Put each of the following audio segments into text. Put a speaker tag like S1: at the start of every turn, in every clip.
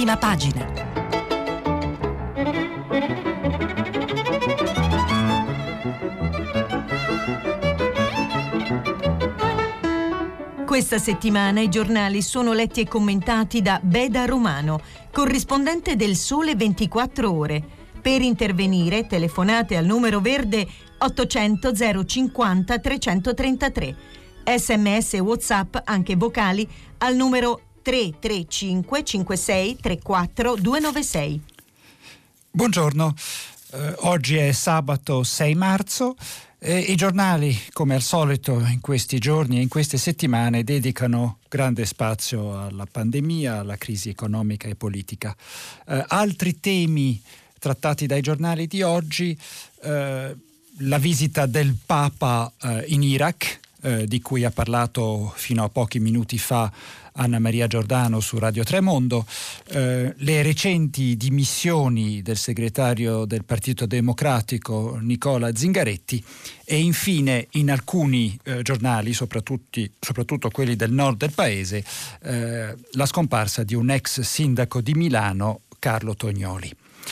S1: prima pagina. Questa settimana i giornali sono letti e commentati da Beda Romano, corrispondente del Sole 24 Ore. Per intervenire telefonate al numero verde 800 050 333. SMS e WhatsApp, anche vocali, al numero 335 56 34 296.
S2: Buongiorno, oggi è sabato 6 marzo. I giornali, come al solito in questi giorni e in queste settimane, dedicano grande spazio alla pandemia, alla crisi economica e politica. Altri temi trattati dai giornali di oggi, la visita del Papa in Iraq, di cui ha parlato fino a pochi minuti fa Anna Maria Giordano su Radio Tremondo, le recenti dimissioni del segretario del Partito Democratico Nicola Zingaretti e infine in alcuni giornali, soprattutto quelli del nord del paese, la scomparsa di un ex sindaco di Milano, Carlo Tognoli.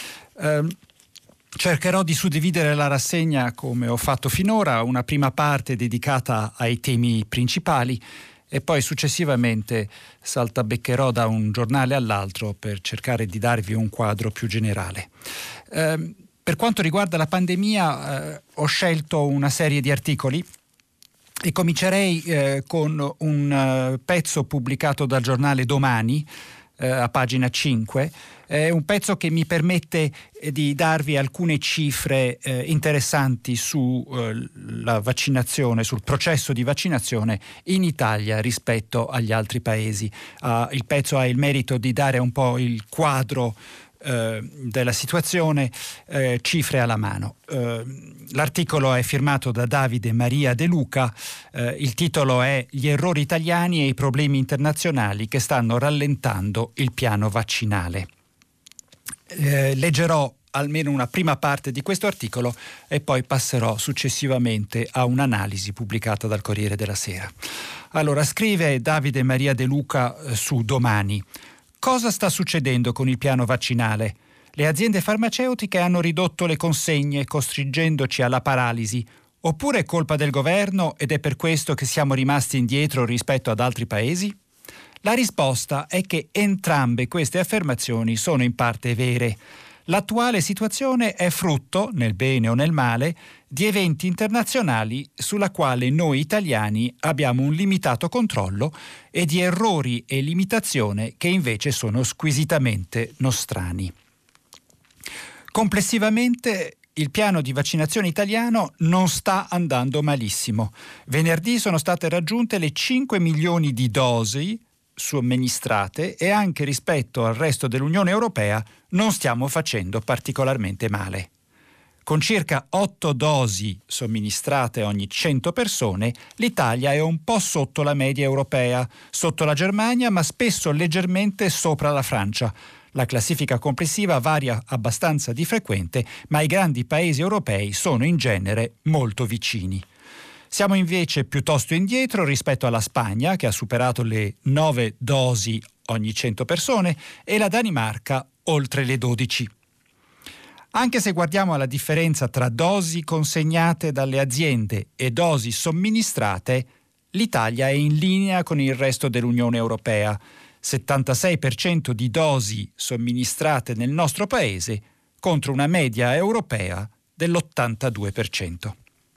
S2: Cercherò di suddividere la rassegna come ho fatto finora, una prima parte dedicata ai temi principali e poi successivamente saltabeccherò da un giornale all'altro per cercare di darvi un quadro più generale. Per quanto riguarda la pandemia, ho scelto una serie di articoli e comincerei con un pezzo pubblicato dal giornale Domani, a pagina 5, è un pezzo che mi permette di darvi alcune cifre interessanti sulla vaccinazione, sul processo di vaccinazione in Italia rispetto agli altri paesi. Il pezzo ha il merito di dare un po' il quadro della situazione, cifre alla mano. L'articolo è firmato da Davide Maria De Luca, il titolo è Gli errori italiani e i problemi internazionali che stanno rallentando il piano vaccinale. Leggerò almeno una prima parte di questo articolo e poi passerò successivamente a un'analisi pubblicata dal Corriere della Sera. Allora, scrive Davide Maria De Luca su Domani: cosa sta succedendo con il piano vaccinale? Le aziende farmaceutiche hanno ridotto le consegne, costringendoci alla paralisi. Oppure è colpa del governo ed è per questo che siamo rimasti indietro rispetto ad altri paesi? La risposta è che entrambe queste affermazioni sono in parte vere. L'attuale situazione è frutto, nel bene o nel male, di eventi internazionali sulla quale noi italiani abbiamo un limitato controllo e di errori e limitazione che invece sono squisitamente nostrani. Complessivamente il piano di vaccinazione italiano non sta andando malissimo. Venerdì sono state raggiunte le 5 milioni di dosi somministrate e anche rispetto al resto dell'Unione Europea non stiamo facendo particolarmente male. Con circa 8 dosi somministrate ogni 100 persone, l'Italia è un po' sotto la media europea, sotto la Germania, ma spesso leggermente sopra la Francia. La classifica complessiva varia abbastanza di frequente, ma i grandi paesi europei sono in genere molto vicini. Siamo invece piuttosto indietro rispetto alla Spagna, che ha superato le 9 dosi ogni 100 persone, e la Danimarca oltre le 12. Anche se guardiamo alla differenza tra dosi consegnate dalle aziende e dosi somministrate, l'Italia è in linea con il resto dell'Unione Europea. 76% di dosi somministrate nel nostro paese contro una media europea dell'82%.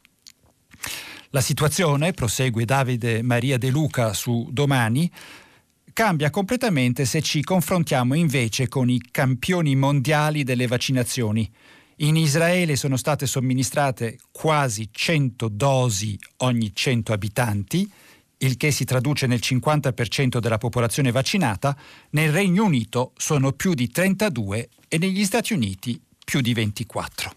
S2: La situazione, prosegue Davide Maria De Luca su Domani, cambia completamente se ci confrontiamo invece con i campioni mondiali delle vaccinazioni. In Israele sono state somministrate quasi 100 dosi ogni 100 abitanti, il che si traduce nel 50% della popolazione vaccinata. Nel Regno Unito sono più di 32 e negli Stati Uniti più di 24.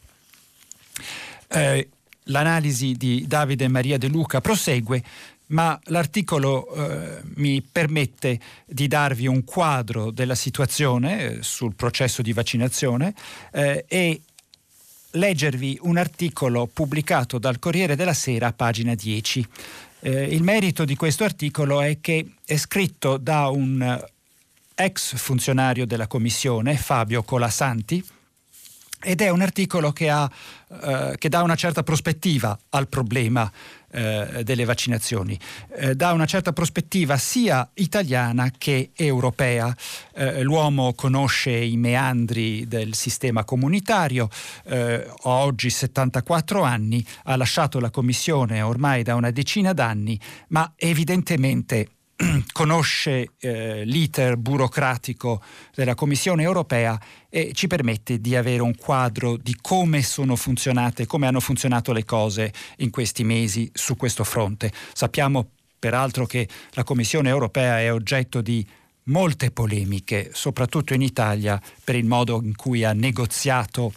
S2: L'analisi di Davide Maria De Luca prosegue, ma l'articolo mi permette di darvi un quadro della situazione sul processo di vaccinazione e leggervi un articolo pubblicato dal Corriere della Sera, pagina 10. Il merito di questo articolo è che è scritto da un ex funzionario della Commissione, Fabio Colasanti, ed è un articolo che dà una certa prospettiva al problema delle vaccinazioni, dà una certa prospettiva sia italiana che europea. L'uomo conosce i meandri del sistema comunitario, ha oggi 74 anni, ha lasciato la Commissione ormai da una decina d'anni, ma evidentemente conosce l'iter burocratico della Commissione europea e ci permette di avere un quadro di come sono funzionate, come hanno funzionato le cose in questi mesi su questo fronte. Sappiamo peraltro che la Commissione europea è oggetto di molte polemiche, soprattutto in Italia, per il modo in cui ha negoziato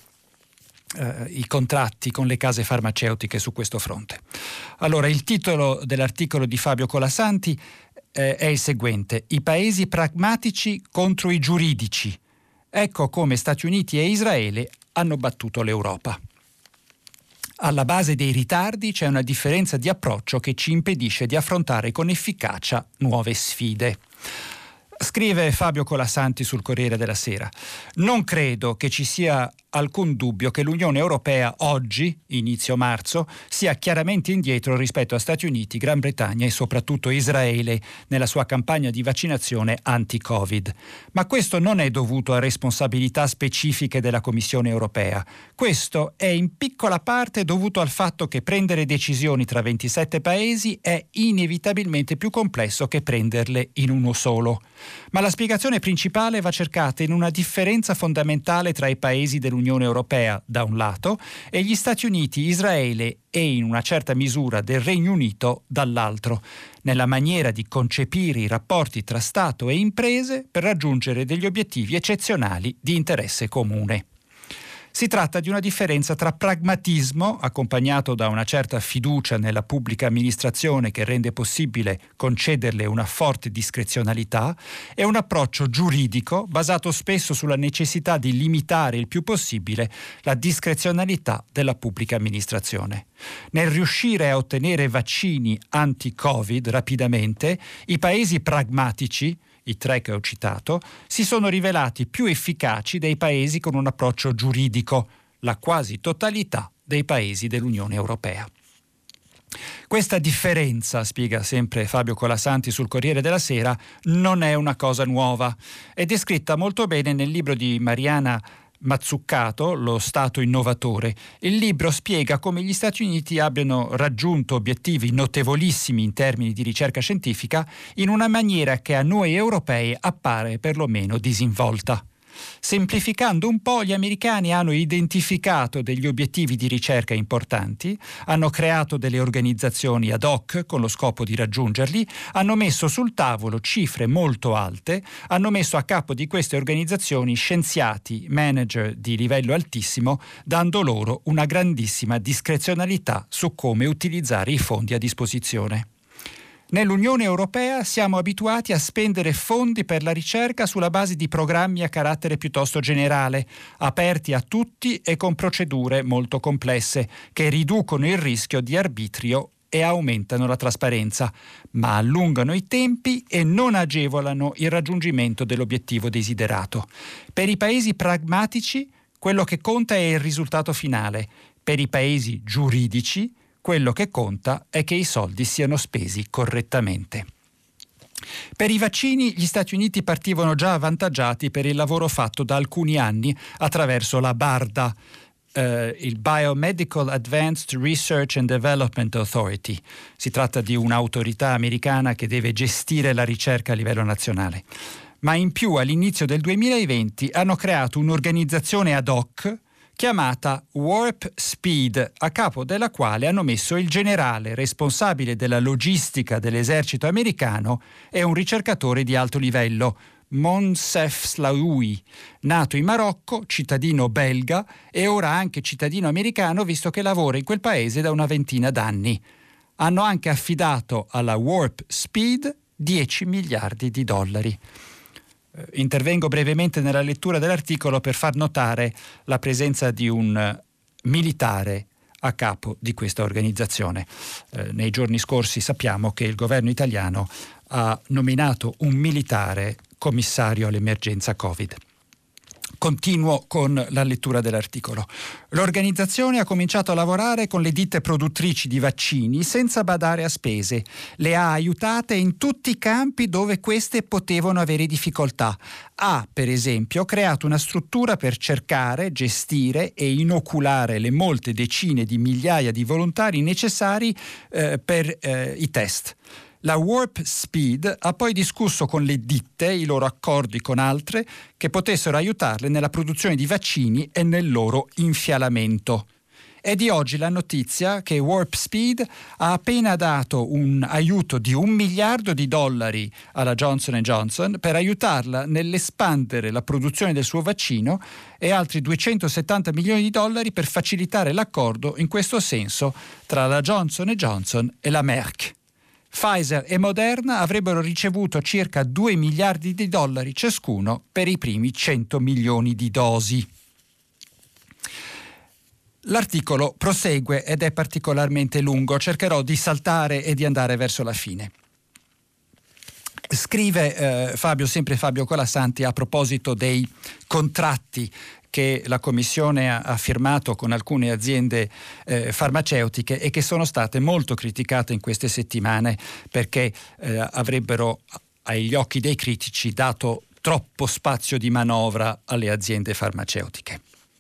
S2: i contratti con le case farmaceutiche su questo fronte. Allora, il titolo dell'articolo di Fabio Colasanti è il seguente: i paesi pragmatici contro i giuridici. Ecco come Stati Uniti e Israele hanno battuto l'Europa. Alla base dei ritardi c'è una differenza di approccio che ci impedisce di affrontare con efficacia nuove sfide. Scrive Fabio Colasanti sul Corriere della Sera: non credo che ci sia alcun dubbio che l'Unione Europea oggi, inizio marzo, sia chiaramente indietro rispetto a Stati Uniti, Gran Bretagna e soprattutto Israele nella sua campagna di vaccinazione anti-Covid. Ma questo non è dovuto a responsabilità specifiche della Commissione Europea. Questo è in piccola parte dovuto al fatto che prendere decisioni tra 27 paesi è inevitabilmente più complesso che prenderle in uno solo. Ma la spiegazione principale va cercata in una differenza fondamentale tra i paesi dell'Unione Europea da un lato e gli Stati Uniti, Israele e in una certa misura del Regno Unito dall'altro, nella maniera di concepire i rapporti tra Stato e imprese per raggiungere degli obiettivi eccezionali di interesse comune. Si tratta di una differenza tra pragmatismo, accompagnato da una certa fiducia nella pubblica amministrazione che rende possibile concederle una forte discrezionalità, e un approccio giuridico basato spesso sulla necessità di limitare il più possibile la discrezionalità della pubblica amministrazione. Nel riuscire a ottenere vaccini anti-Covid rapidamente, i paesi pragmatici, i tre che ho citato, si sono rivelati più efficaci dei paesi con un approccio giuridico, la quasi totalità dei paesi dell'Unione Europea. Questa differenza, spiega sempre Fabio Colasanti sul Corriere della Sera, non è una cosa nuova. È descritta molto bene nel libro di Mariana Mazzucato, Lo Stato innovatore. Il libro spiega come gli Stati Uniti abbiano raggiunto obiettivi notevolissimi in termini di ricerca scientifica in una maniera che a noi europei appare perlomeno disinvolta. Semplificando un po', gli americani hanno identificato degli obiettivi di ricerca importanti, hanno creato delle organizzazioni ad hoc con lo scopo di raggiungerli, hanno messo sul tavolo cifre molto alte, hanno messo a capo di queste organizzazioni scienziati, manager di livello altissimo, dando loro una grandissima discrezionalità su come utilizzare i fondi a disposizione. Nell'Unione Europea siamo abituati a spendere fondi per la ricerca sulla base di programmi a carattere piuttosto generale, aperti a tutti e con procedure molto complesse, che riducono il rischio di arbitrio e aumentano la trasparenza, ma allungano i tempi e non agevolano il raggiungimento dell'obiettivo desiderato. Per i paesi pragmatici, quello che conta è il risultato finale. Per i paesi giuridici, quello che conta è che i soldi siano spesi correttamente. Per i vaccini gli Stati Uniti partivano già avvantaggiati per il lavoro fatto da alcuni anni attraverso la BARDA, il Biomedical Advanced Research and Development Authority. Si tratta di un'autorità americana che deve gestire la ricerca a livello nazionale. Ma in più all'inizio del 2020 hanno creato un'organizzazione ad hoc chiamata Warp Speed, a capo della quale hanno messo il generale responsabile della logistica dell'esercito americano e un ricercatore di alto livello, Monsef Slaoui, nato in Marocco, cittadino belga e ora anche cittadino americano visto che lavora in quel paese da una ventina d'anni. Hanno anche affidato alla Warp Speed 10 miliardi di dollari. Intervengo brevemente nella lettura dell'articolo per far notare la presenza di un militare a capo di questa organizzazione. Nei giorni scorsi sappiamo che il governo italiano ha nominato un militare commissario all'emergenza Covid. Continuo con la lettura dell'articolo. L'organizzazione ha cominciato a lavorare con le ditte produttrici di vaccini senza badare a spese. Le ha aiutate in tutti i campi dove queste potevano avere difficoltà. Ha, per esempio, creato una struttura per cercare, gestire e inoculare le molte decine di migliaia di volontari necessari per i test. La Warp Speed ha poi discusso con le ditte i loro accordi con altre che potessero aiutarle nella produzione di vaccini e nel loro infialamento. È di oggi la notizia che Warp Speed ha appena dato un aiuto di $1 miliardo alla Johnson & Johnson per aiutarla nell'espandere la produzione del suo vaccino e altri $270 milioni per facilitare l'accordo in questo senso tra la Johnson & Johnson e la Merck. Pfizer e Moderna avrebbero ricevuto circa $2 miliardi ciascuno per i primi 100 milioni di dosi. L'articolo prosegue ed è particolarmente lungo, cercherò di saltare e di andare verso la fine. Scrive sempre Fabio Colasanti a proposito dei contratti che la Commissione ha firmato con alcune aziende farmaceutiche e che sono state molto criticate in queste settimane perché avrebbero agli occhi dei critici dato troppo spazio di manovra alle aziende farmaceutiche.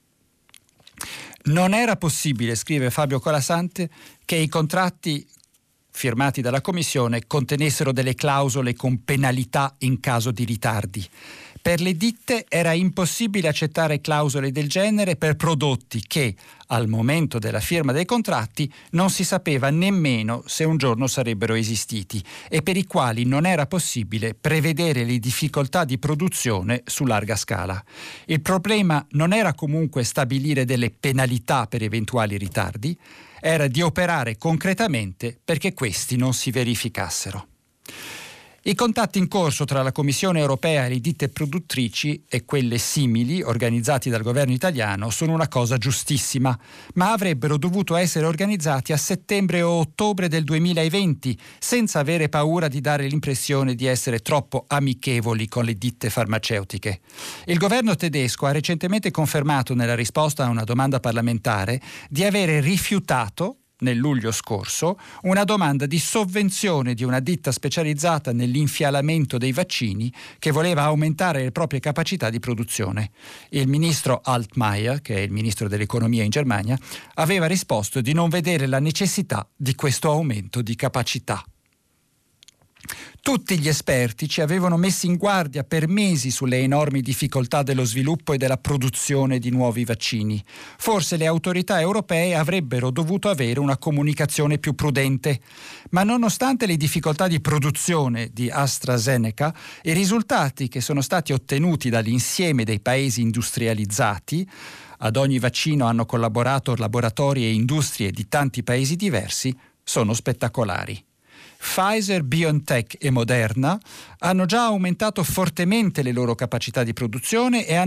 S2: Non era possibile, scrive Fabio Colasanti, che i contratti firmati dalla Commissione contenessero delle clausole con penalità in caso di ritardi. Per le ditte era impossibile accettare clausole del genere per prodotti che, al momento della firma dei contratti, non si sapeva nemmeno se un giorno sarebbero esistiti e per i quali non era possibile prevedere le difficoltà di produzione su larga scala. Il problema non era comunque stabilire delle penalità per eventuali ritardi, era di operare concretamente perché questi non si verificassero. I contatti in corso tra la Commissione europea e le ditte produttrici e quelle simili organizzati dal governo italiano sono una cosa giustissima, ma avrebbero dovuto essere organizzati a settembre o ottobre del 2020 senza avere paura di dare l'impressione di essere troppo amichevoli con le ditte farmaceutiche. Il governo tedesco ha recentemente confermato nella risposta a una domanda parlamentare di avere rifiutato nel luglio scorso una domanda di sovvenzione di una ditta specializzata nell'infialamento dei vaccini che voleva aumentare le proprie capacità di produzione. Il ministro Altmaier, che è il ministro dell'economia in Germania, aveva risposto di non vedere la necessità di questo aumento di capacità. Tutti gli esperti ci avevano messi in guardia per mesi sulle enormi difficoltà dello sviluppo e della produzione di nuovi vaccini. Forse le autorità europee avrebbero dovuto avere una comunicazione più prudente, ma nonostante le difficoltà di produzione di AstraZeneca, i risultati che sono stati ottenuti dall'insieme dei paesi industrializzati, ad ogni vaccino hanno collaborato laboratori e industrie di tanti paesi diversi, sono spettacolari. Pfizer, BioNTech e Moderna hanno già aumentato fortemente le loro capacità di produzione e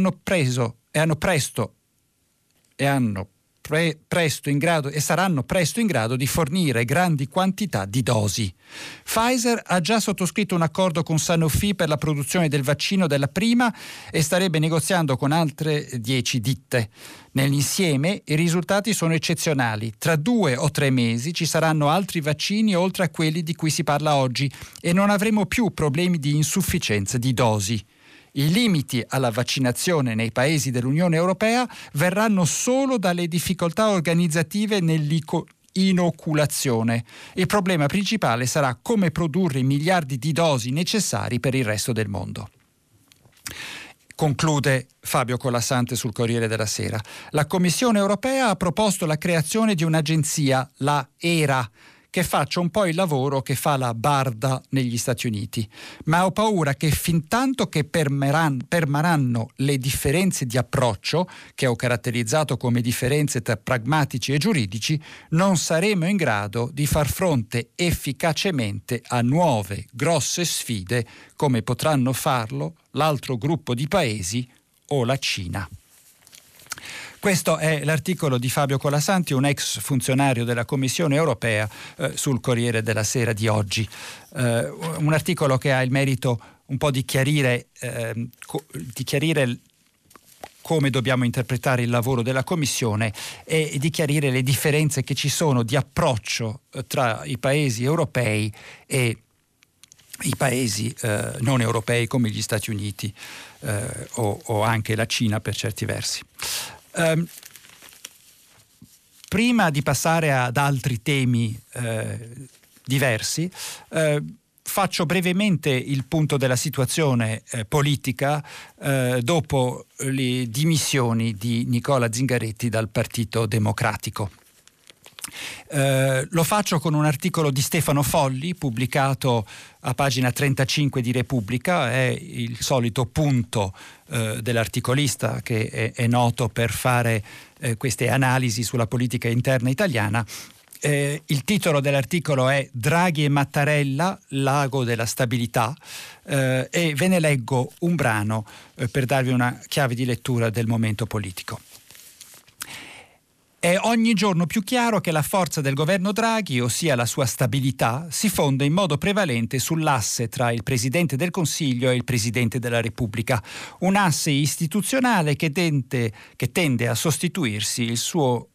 S2: saranno presto in grado di fornire grandi quantità di dosi. Pfizer ha già sottoscritto un accordo con Sanofi per la produzione del vaccino della prima e starebbe negoziando con altre 10 ditte. Nell'insieme i risultati sono eccezionali. Tra 2 o 3 mesi ci saranno altri vaccini oltre a quelli di cui si parla oggi e non avremo più problemi di insufficienza di dosi. I limiti alla vaccinazione nei paesi dell'Unione Europea verranno solo dalle difficoltà organizzative nell'inoculazione. Il problema principale sarà come produrre i miliardi di dosi necessari per il resto del mondo. Conclude Fabio Colasanti sul Corriere della Sera. La Commissione europea ha proposto la creazione di un'agenzia, la ERA, che faccia un po' il lavoro che fa la BARDA negli Stati Uniti. Ma ho paura che fintanto che permarranno le differenze di approccio, che ho caratterizzato come differenze tra pragmatici e giuridici, non saremo in grado di far fronte efficacemente a nuove, grosse sfide come potranno farlo l'altro gruppo di paesi o la Cina. Questo è l'articolo di Fabio Colasanti, un ex funzionario della Commissione europea, sul Corriere della Sera di oggi. Un articolo che ha il merito un po' di chiarire come dobbiamo interpretare il lavoro della Commissione e di chiarire le differenze che ci sono di approccio tra i paesi europei e i paesi non europei come gli Stati Uniti o anche la Cina per certi versi. Prima di passare ad altri temi diversi, faccio brevemente il punto della situazione politica dopo le dimissioni di Nicola Zingaretti dal Partito Democratico. Lo faccio con un articolo di Stefano Folli pubblicato a pagina 35 di Repubblica. È il solito punto dell'articolista che è noto per fare queste analisi sulla politica interna italiana. Il titolo dell'articolo è Draghi e Mattarella, l'ago della stabilità, e ve ne leggo un brano per darvi una chiave di lettura del momento politico. È ogni giorno più chiaro che la forza del governo Draghi, ossia la sua stabilità, si fonde in modo prevalente sull'asse tra il Presidente del Consiglio e il Presidente della Repubblica, un asse istituzionale che tende a sostituirsi il suo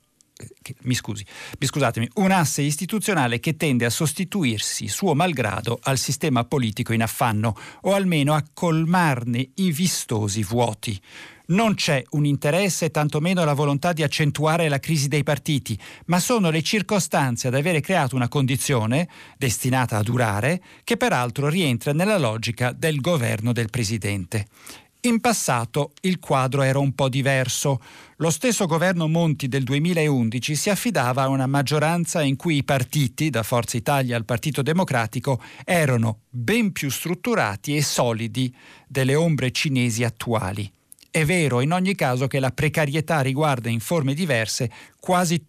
S2: un asse istituzionale che tende a sostituirsi suo malgrado al sistema politico in affanno, o almeno a colmarne i vistosi vuoti. Non c'è un interesse e tantomeno la volontà di accentuare la crisi dei partiti, ma sono le circostanze ad avere creato una condizione, destinata a durare, che peraltro rientra nella logica del governo del Presidente. In passato il quadro era un po' diverso. Lo stesso governo Monti del 2011 si affidava a una maggioranza in cui i partiti, da Forza Italia al Partito Democratico, erano ben più strutturati e solidi delle ombre cinesi attuali. È vero in ogni caso che la precarietà riguarda in forme diverse quasi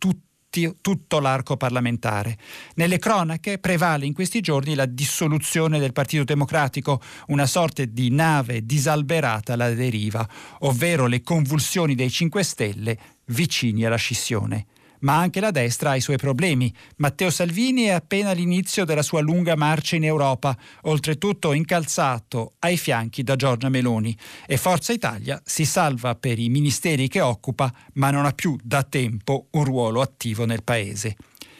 S2: tutto l'arco parlamentare. Nelle cronache prevale in questi giorni la dissoluzione del Partito Democratico, una sorta di nave disalberata alla deriva, ovvero le convulsioni dei 5 Stelle vicini alla scissione. Ma anche la destra ha i suoi problemi. Matteo Salvini è appena all'inizio della sua lunga marcia in Europa, oltretutto incalzato ai fianchi da Giorgia Meloni, e Forza Italia si salva per i ministeri che occupa, ma non ha più da tempo un ruolo attivo nel paese.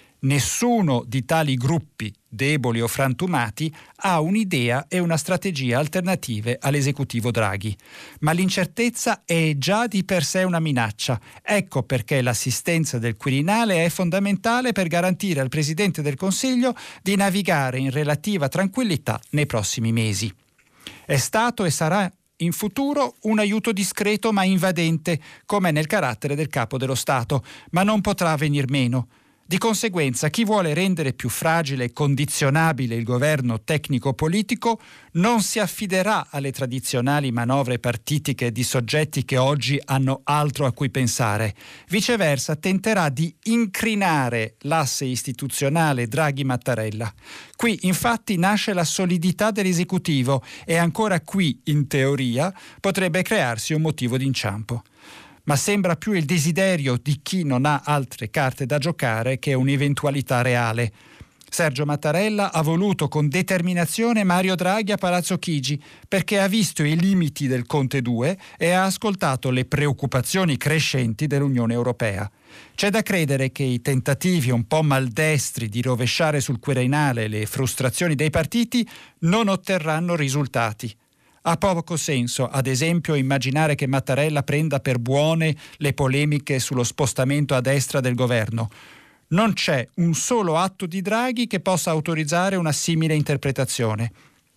S2: Nessuno di tali gruppi, deboli o frantumati, ha un'idea e una strategia alternative all'esecutivo Draghi. Ma l'incertezza è già di per sé una minaccia. Ecco perché l'assistenza del Quirinale è fondamentale per garantire al Presidente del Consiglio di navigare in relativa tranquillità nei prossimi mesi. È stato e sarà in futuro un aiuto discreto ma invadente, come nel carattere del Capo dello Stato, ma non potrà venir meno. Di conseguenza, chi vuole rendere più fragile e condizionabile il governo tecnico-politico non si affiderà alle tradizionali manovre partitiche di soggetti che oggi hanno altro a cui pensare. Viceversa, tenterà di incrinare l'asse istituzionale Draghi-Mattarella. Qui, infatti, nasce la solidità dell'esecutivo e ancora qui, in teoria, potrebbe crearsi un motivo d'inciampo. Ma sembra più il desiderio di chi non ha altre carte da giocare che un'eventualità reale. Sergio Mattarella ha voluto con determinazione Mario Draghi a Palazzo Chigi perché ha visto i limiti del Conte 2 e ha ascoltato le preoccupazioni crescenti dell'Unione Europea. C'è da credere che i tentativi un po' maldestri di rovesciare sul Quirinale le frustrazioni dei partiti non otterranno risultati. Ha poco senso, ad esempio, immaginare che Mattarella prenda per buone le polemiche sullo spostamento a destra del governo. Non c'è un solo atto di Draghi che possa autorizzare una simile interpretazione.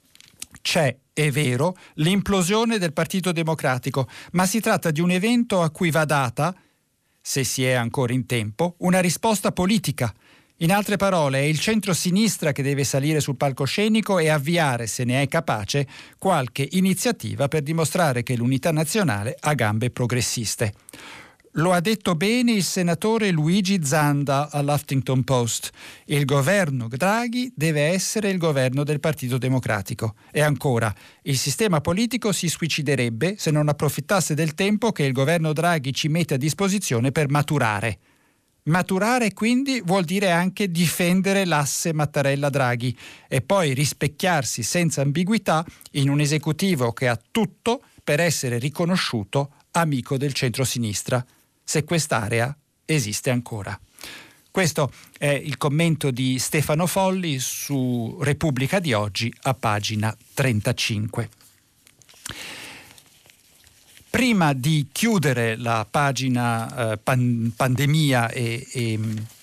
S2: C'è, è vero, l'implosione del Partito Democratico, ma si tratta di un evento a cui va data, se si è ancora in tempo, una risposta politica. In altre parole, è il centro-sinistra che deve salire sul palcoscenico e avviare, se ne è capace, qualche iniziativa per dimostrare che l'unità nazionale ha gambe progressiste. Lo ha detto bene il senatore Luigi Zanda all'Huffington Post. Il governo Draghi deve essere il governo del Partito Democratico. E ancora, il sistema politico si suiciderebbe se non approfittasse del tempo che il governo Draghi ci mette a disposizione per maturare. Maturare quindi vuol dire anche difendere l'asse Mattarella-Draghi e poi rispecchiarsi senza ambiguità in un esecutivo che ha tutto per essere riconosciuto amico del centro-sinistra, se quest'area esiste ancora. Questo è il commento di Stefano Folli su Repubblica di oggi a pagina 35. Prima di chiudere la pagina pandemia e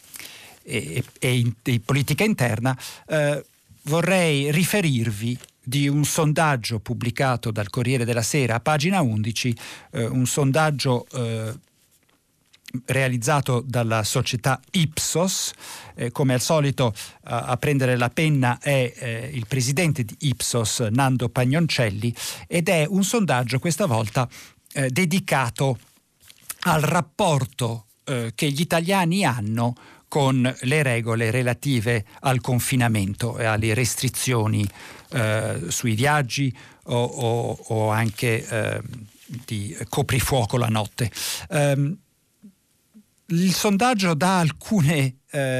S2: politica interna, vorrei riferirvi di un sondaggio pubblicato dal Corriere della Sera a pagina 11, un sondaggio realizzato dalla società Ipsos. Come al solito a prendere la penna è il presidente di Ipsos, Nando Pagnoncelli, ed è un sondaggio questa volta dedicato al rapporto che gli italiani hanno con le regole relative al confinamento e alle restrizioni sui viaggi o anche di coprifuoco la notte. Il sondaggio dà alcune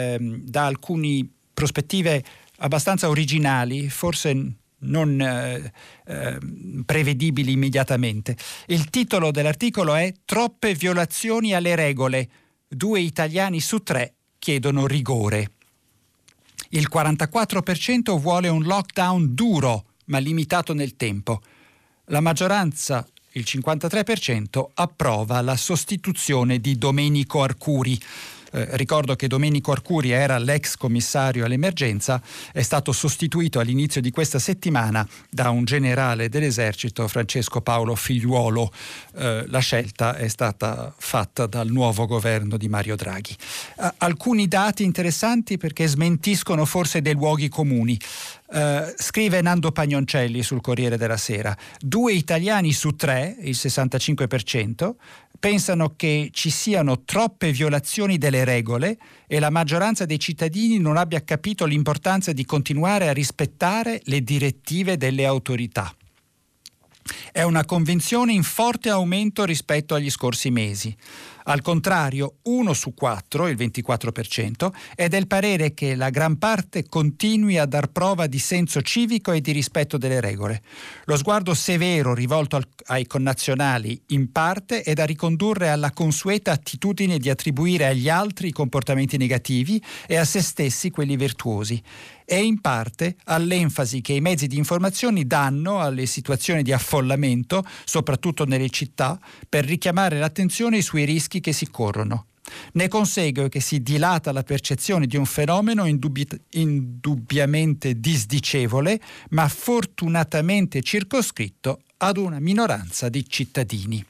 S2: prospettive abbastanza originali, forse non prevedibili immediatamente. Il titolo dell'articolo è "Troppe violazioni alle regole. 2 italiani su 3 chiedono rigore". Il 44% vuole un lockdown duro, ma limitato nel tempo. La maggioranza, il 53%, approva la sostituzione di Domenico Arcuri. Ricordo che Domenico Arcuri era l'ex commissario all'emergenza, è stato sostituito all'inizio di questa settimana da un generale dell'esercito, Francesco Paolo Figliuolo. La scelta è stata fatta dal nuovo governo di Mario Draghi. Alcuni dati interessanti perché smentiscono forse dei luoghi comuni. Scrive Nando Pagnoncelli sul Corriere della Sera: 2 italiani su 3, il 65%, pensano che ci siano troppe violazioni delle regole e la maggioranza dei cittadini non abbia capito l'importanza di continuare a rispettare le direttive delle autorità. È una convinzione in forte aumento rispetto agli scorsi mesi. Al contrario, 1 su 4, il 24%, è del parere che la gran parte continui a dar prova di senso civico e di rispetto delle regole. Lo sguardo severo rivolto ai connazionali in parte è da ricondurre alla consueta attitudine di attribuire agli altri i comportamenti negativi e a se stessi quelli virtuosi, e in parte all'enfasi che i mezzi di informazione danno alle situazioni di affollamento, soprattutto nelle città, per richiamare l'attenzione sui rischi che si corrono. Ne consegue che si dilata la percezione di un fenomeno indubbiamente disdicevole, ma fortunatamente circoscritto ad una minoranza di cittadini.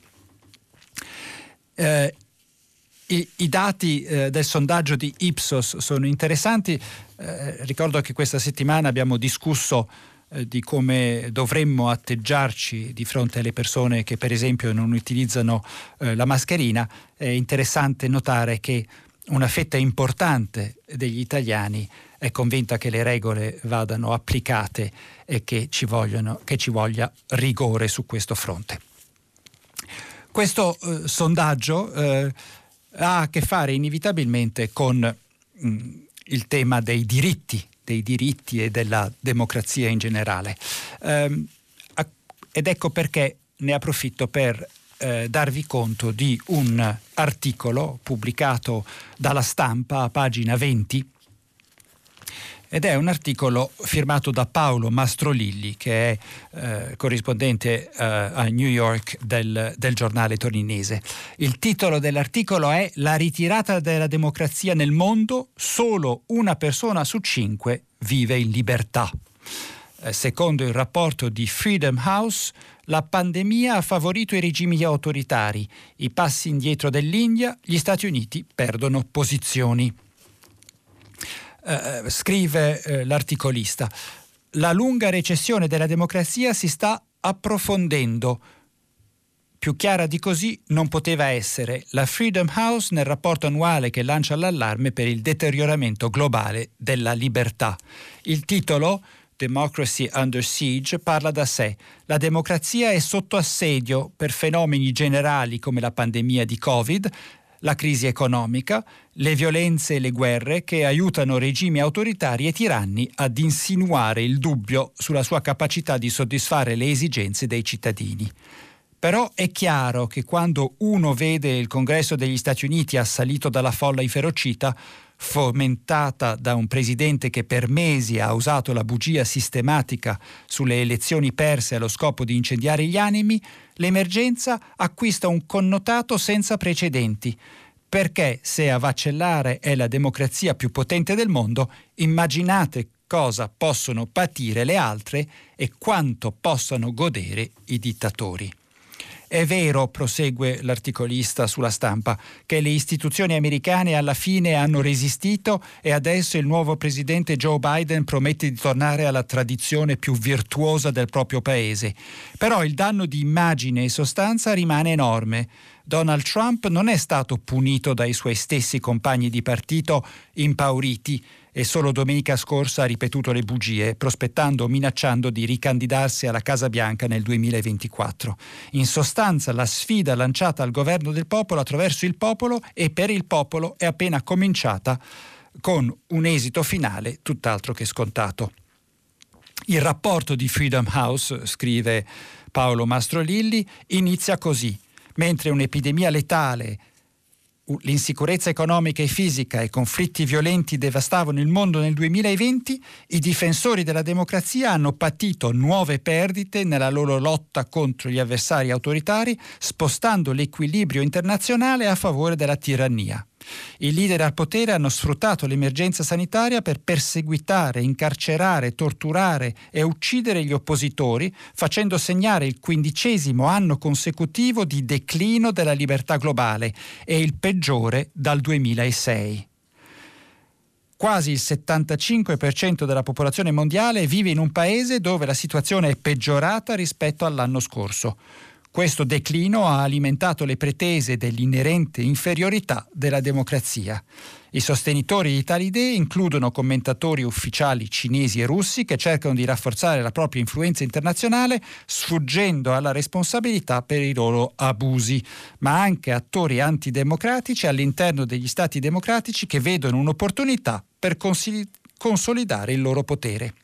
S2: I dati del sondaggio di Ipsos sono interessanti. Ricordo che questa settimana abbiamo discusso di come dovremmo atteggiarci di fronte alle persone che per esempio non utilizzano la mascherina. È interessante notare che una fetta importante degli italiani è convinta che le regole vadano applicate e che ci voglia rigore su questo fronte. Questo sondaggio ha a che fare inevitabilmente con il tema dei diritti e della democrazia in generale. Ed ecco perché ne approfitto per darvi conto di un articolo pubblicato dalla Stampa a pagina 20, ed è un articolo firmato da Paolo Mastrolilli, che è corrispondente a New York del giornale torinese. Il titolo dell'articolo è "La ritirata della democrazia nel mondo, solo 1 persona su 5 vive in libertà". Secondo il rapporto di Freedom House, la pandemia ha favorito i regimi autoritari, i passi indietro dell'India, gli Stati Uniti perdono posizioni. Scrive l'articolista: la lunga recessione della democrazia si sta approfondendo. Più chiara di così non poteva essere la Freedom House nel rapporto annuale che lancia l'allarme per il deterioramento globale della libertà. Il titolo, Democracy Under Siege, parla da sé. La democrazia è sotto assedio per fenomeni generali come la pandemia di Covid, la crisi economica, le violenze e le guerre che aiutano regimi autoritari e tiranni ad insinuare il dubbio sulla sua capacità di soddisfare le esigenze dei cittadini. Però è chiaro che quando uno vede il Congresso degli Stati Uniti assalito dalla folla inferocita, fomentata da un presidente che per mesi ha usato la bugia sistematica sulle elezioni perse allo scopo di incendiare gli animi, l'emergenza acquista un connotato senza precedenti. Perché se a vacillare è la democrazia più potente del mondo, immaginate cosa possono patire le altre e quanto possano godere i dittatori. È vero, prosegue l'articolista sulla Stampa, che le istituzioni americane alla fine hanno resistito e adesso il nuovo presidente Joe Biden promette di tornare alla tradizione più virtuosa del proprio paese. Però il danno di immagine e sostanza rimane enorme. Donald Trump non è stato punito dai suoi stessi compagni di partito impauriti e solo domenica scorsa ha ripetuto le bugie, prospettando o minacciando di ricandidarsi alla Casa Bianca nel 2024. In sostanza, la sfida lanciata al governo del popolo attraverso il popolo e per il popolo è appena cominciata, con un esito finale tutt'altro che scontato. Il rapporto di Freedom House, scrive Paolo Mastrolilli, inizia così. Mentre un'epidemia letale, l'insicurezza economica e fisica e conflitti violenti devastavano il mondo nel 2020, i difensori della democrazia hanno patito nuove perdite nella loro lotta contro gli avversari autoritari, spostando l'equilibrio internazionale a favore della tirannia. I leader al potere hanno sfruttato l'emergenza sanitaria per perseguitare, incarcerare, torturare e uccidere gli oppositori, facendo segnare il 15° anno consecutivo di declino della libertà globale e il peggiore dal 2006. Quasi il 75% della popolazione mondiale vive in un paese dove la situazione è peggiorata rispetto all'anno scorso. Questo declino ha alimentato le pretese dell'inerente inferiorità della democrazia. I sostenitori di tali idee includono commentatori ufficiali cinesi e russi che cercano di rafforzare la propria influenza internazionale sfuggendo alla responsabilità per i loro abusi, ma anche attori antidemocratici all'interno degli stati democratici che vedono un'opportunità per consolidare il loro potere.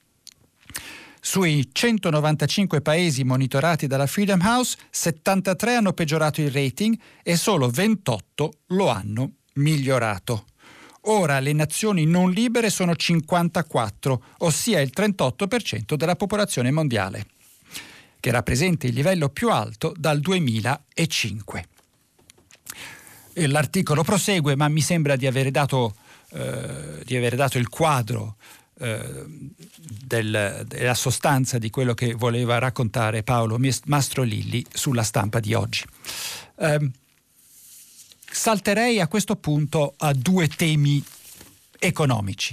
S2: Sui 195 paesi monitorati dalla Freedom House, 73 hanno peggiorato il rating e solo 28 lo hanno migliorato. Ora le nazioni non libere sono 54, ossia il 38% della popolazione mondiale, che rappresenta il livello più alto dal 2005. L'articolo prosegue, ma mi sembra di aver dato il quadro della sostanza di quello che voleva raccontare Paolo Mastrolilli sulla Stampa di oggi. Salterei a questo punto a due temi economici.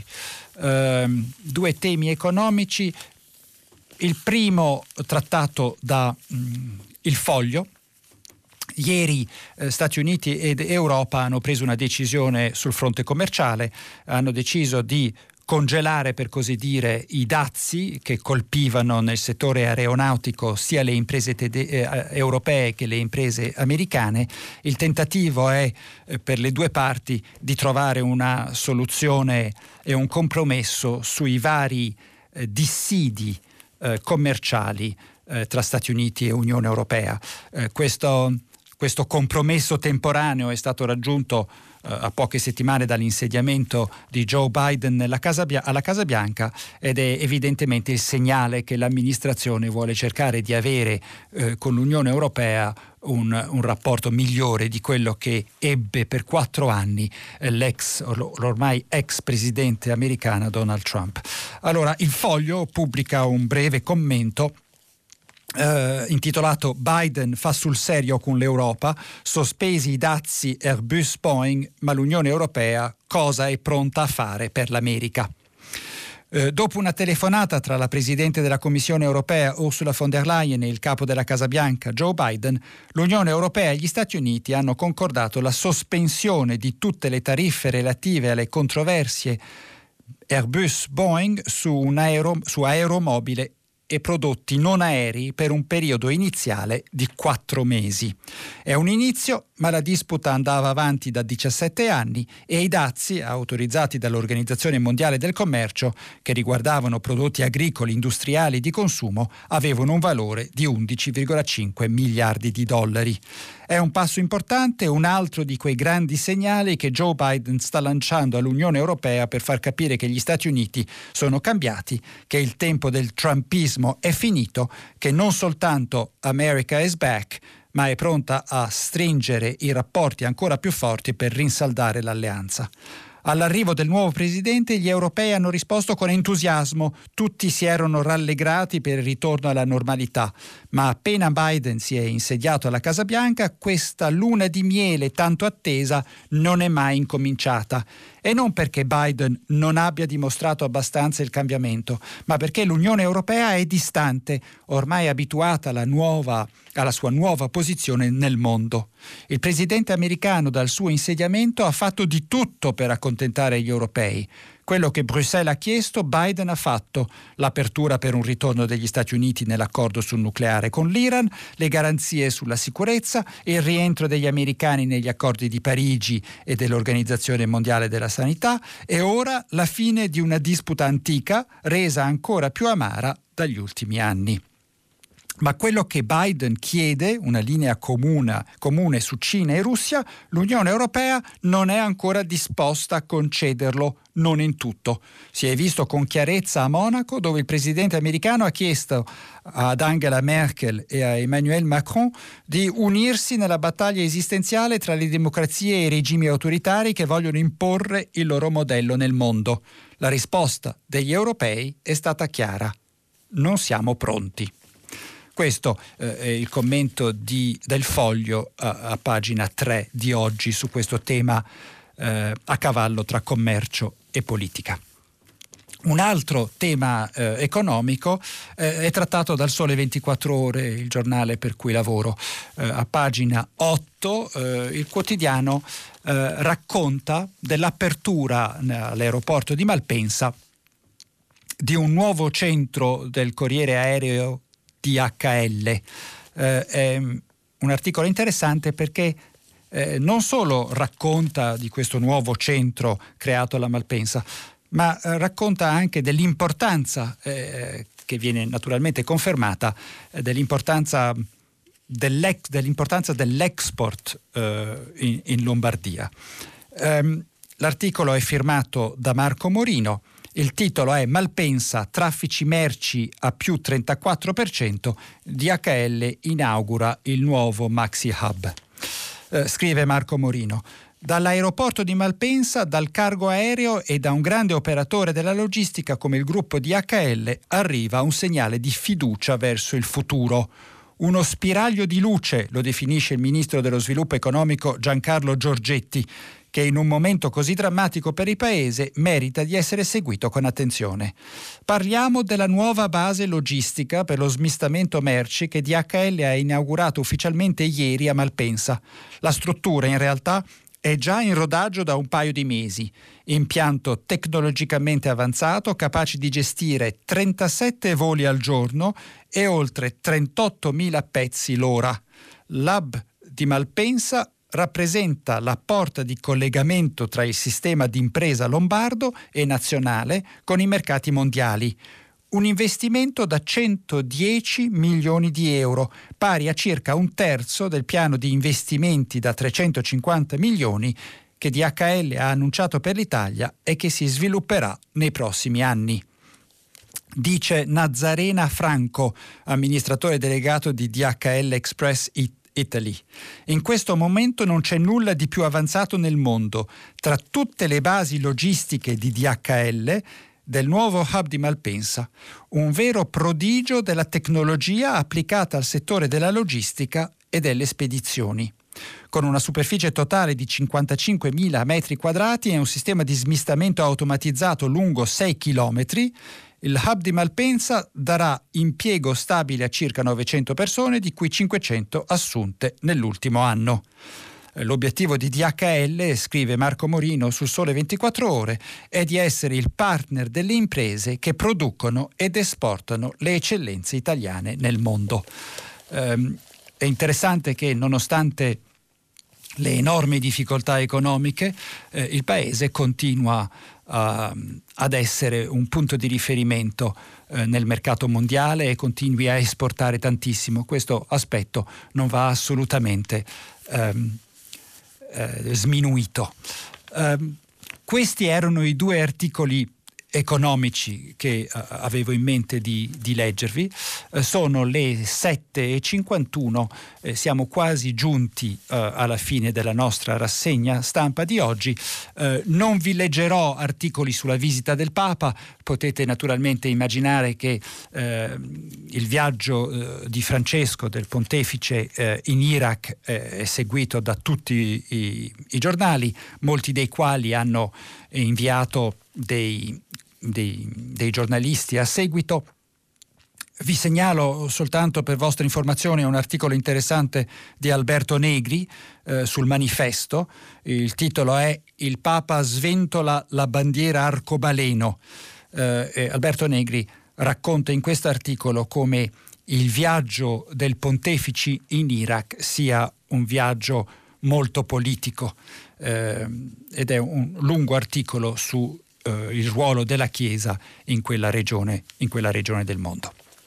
S2: Il primo trattato da Il Foglio. Ieri Stati Uniti ed Europa hanno preso una decisione sul fronte commerciale, hanno deciso di congelare, per così dire, i dazi che colpivano nel settore aeronautico sia le imprese europee che le imprese americane. Il tentativo è per le due parti di trovare una soluzione e un compromesso sui vari dissidi commerciali tra Stati Uniti e Unione Europea. Questo compromesso temporaneo è stato raggiunto a poche settimane dall'insediamento di Joe Biden alla Casa Bianca ed è evidentemente il segnale che l'amministrazione vuole cercare di avere con l'Unione Europea un rapporto migliore di quello che ebbe per 4 anni l'ormai ex presidente americano Donald Trump. Allora, il Foglio pubblica un breve commento intitolato "Biden fa sul serio con l'Europa, sospesi i dazi Airbus Boeing, ma l'Unione Europea cosa è pronta a fare per l'America?". Dopo una telefonata tra la Presidente della Commissione Europea Ursula von der Leyen e il capo della Casa Bianca Joe Biden, l'Unione Europea e gli Stati Uniti hanno concordato la sospensione di tutte le tariffe relative alle controversie Airbus Boeing su aeromobile e prodotti non aerei per un periodo iniziale di 4 mesi. È un inizio, ma la disputa andava avanti da 17 anni e i dazi autorizzati dall'Organizzazione Mondiale del Commercio, che riguardavano prodotti agricoli, industriali di consumo, avevano un valore di 11,5 miliardi di dollari. È un passo importante, un altro di quei grandi segnali che Joe Biden sta lanciando all'Unione Europea per far capire che gli Stati Uniti sono cambiati, che il tempo del trumpismo è finito, che non soltanto America is back, ma è pronta a stringere i rapporti ancora più forti per rinsaldare l'alleanza. All'arrivo del nuovo presidente gli europei hanno risposto con entusiasmo, tutti si erano rallegrati per il ritorno alla normalità, ma appena Biden si è insediato alla Casa Bianca questa luna di miele tanto attesa non è mai incominciata. E non perché Biden non abbia dimostrato abbastanza il cambiamento, ma perché l'Unione Europea è distante, ormai abituata alla sua nuova posizione nel mondo. Il presidente americano dal suo insediamento ha fatto di tutto per accontentare gli europei. Quello che Bruxelles ha chiesto, Biden ha fatto: l'apertura per un ritorno degli Stati Uniti nell'accordo sul nucleare con l'Iran, le garanzie sulla sicurezza, il rientro degli americani negli accordi di Parigi e dell'Organizzazione Mondiale della Sanità e ora la fine di una disputa antica resa ancora più amara dagli ultimi anni. Ma quello che Biden chiede, una linea comune su Cina e Russia, l'Unione Europea non è ancora disposta a concederlo, non in tutto. Si è visto con chiarezza a Monaco, dove il presidente americano ha chiesto ad Angela Merkel e a Emmanuel Macron di unirsi nella battaglia esistenziale tra le democrazie e i regimi autoritari che vogliono imporre il loro modello nel mondo. La risposta degli europei è stata chiara: non siamo pronti. Questo è il commento del Foglio a pagina 3 di oggi su questo tema a cavallo tra commercio e politica. Un altro tema economico è trattato dal Sole 24 Ore, il giornale per cui lavoro. A pagina 8 il quotidiano racconta dell'apertura all'aeroporto di Malpensa di un nuovo centro del corriere aereo DHL. È un articolo interessante perché non solo racconta di questo nuovo centro creato alla Malpensa, ma racconta anche dell'importanza che viene naturalmente confermata, dell'importanza dell'export in Lombardia. L'articolo è firmato da Marco Morino. Il titolo è Malpensa, traffici merci a più 34%, DHL inaugura il nuovo Maxi Hub. Scrive Marco Morino: dall'aeroporto di Malpensa, dal cargo aereo e da un grande operatore della logistica come il gruppo DHL arriva un segnale di fiducia verso il futuro. Uno spiraglio di luce, lo definisce il ministro dello sviluppo economico Giancarlo Giorgetti, che in un momento così drammatico per il Paese merita di essere seguito con attenzione. Parliamo della nuova base logistica per lo smistamento merci che DHL ha inaugurato ufficialmente ieri a Malpensa. La struttura in realtà è già in rodaggio da un paio di mesi. Impianto tecnologicamente avanzato, capace di gestire 37 voli al giorno e oltre 38.000 pezzi l'ora. L'hub di Malpensa rappresenta la porta di collegamento tra il sistema d'impresa lombardo e nazionale con i mercati mondiali. Un investimento da 110 milioni di euro, pari a circa un terzo del piano di investimenti da 350 milioni che DHL ha annunciato per l'Italia e che si svilupperà nei prossimi anni. Dice Nazarena Franco, amministratore delegato di DHL Express Italy. In questo momento non c'è nulla di più avanzato nel mondo. Tra tutte le basi logistiche di DHL, del nuovo hub di Malpensa, un vero prodigio della tecnologia applicata al settore della logistica e delle spedizioni. Con una superficie totale di 55.000 metri quadrati e un sistema di smistamento automatizzato lungo 6 chilometri, il hub di Malpensa darà impiego stabile a circa 900 persone, di cui 500 assunte nell'ultimo anno. L'obiettivo di DHL, scrive Marco Morino sul Sole 24 Ore, è di essere il partner delle imprese che producono ed esportano le eccellenze italiane nel mondo. È interessante che, nonostante le enormi difficoltà economiche, il Paese continua ad essere un punto di riferimento nel mercato mondiale e continui a esportare tantissimo. Questo aspetto non va assolutamente sminuito. Questi erano i due articoli economici che avevo in mente di leggervi. Sono le 7:51, siamo quasi giunti alla fine della nostra rassegna stampa di oggi. Non vi leggerò articoli sulla visita del Papa. Potete naturalmente immaginare che il viaggio di Francesco, del pontefice, in Iraq è seguito da tutti i giornali, molti dei quali hanno inviato dei giornalisti a seguito. Vi segnalo soltanto per vostra informazione un articolo interessante di Alberto Negri sul Manifesto. Il titolo è "Il Papa sventola la bandiera arcobaleno". Alberto Negri racconta in questo articolo come il viaggio del pontefice in Iraq sia un viaggio molto politico, ed è un lungo articolo su il ruolo della Chiesa in quella regione del mondo.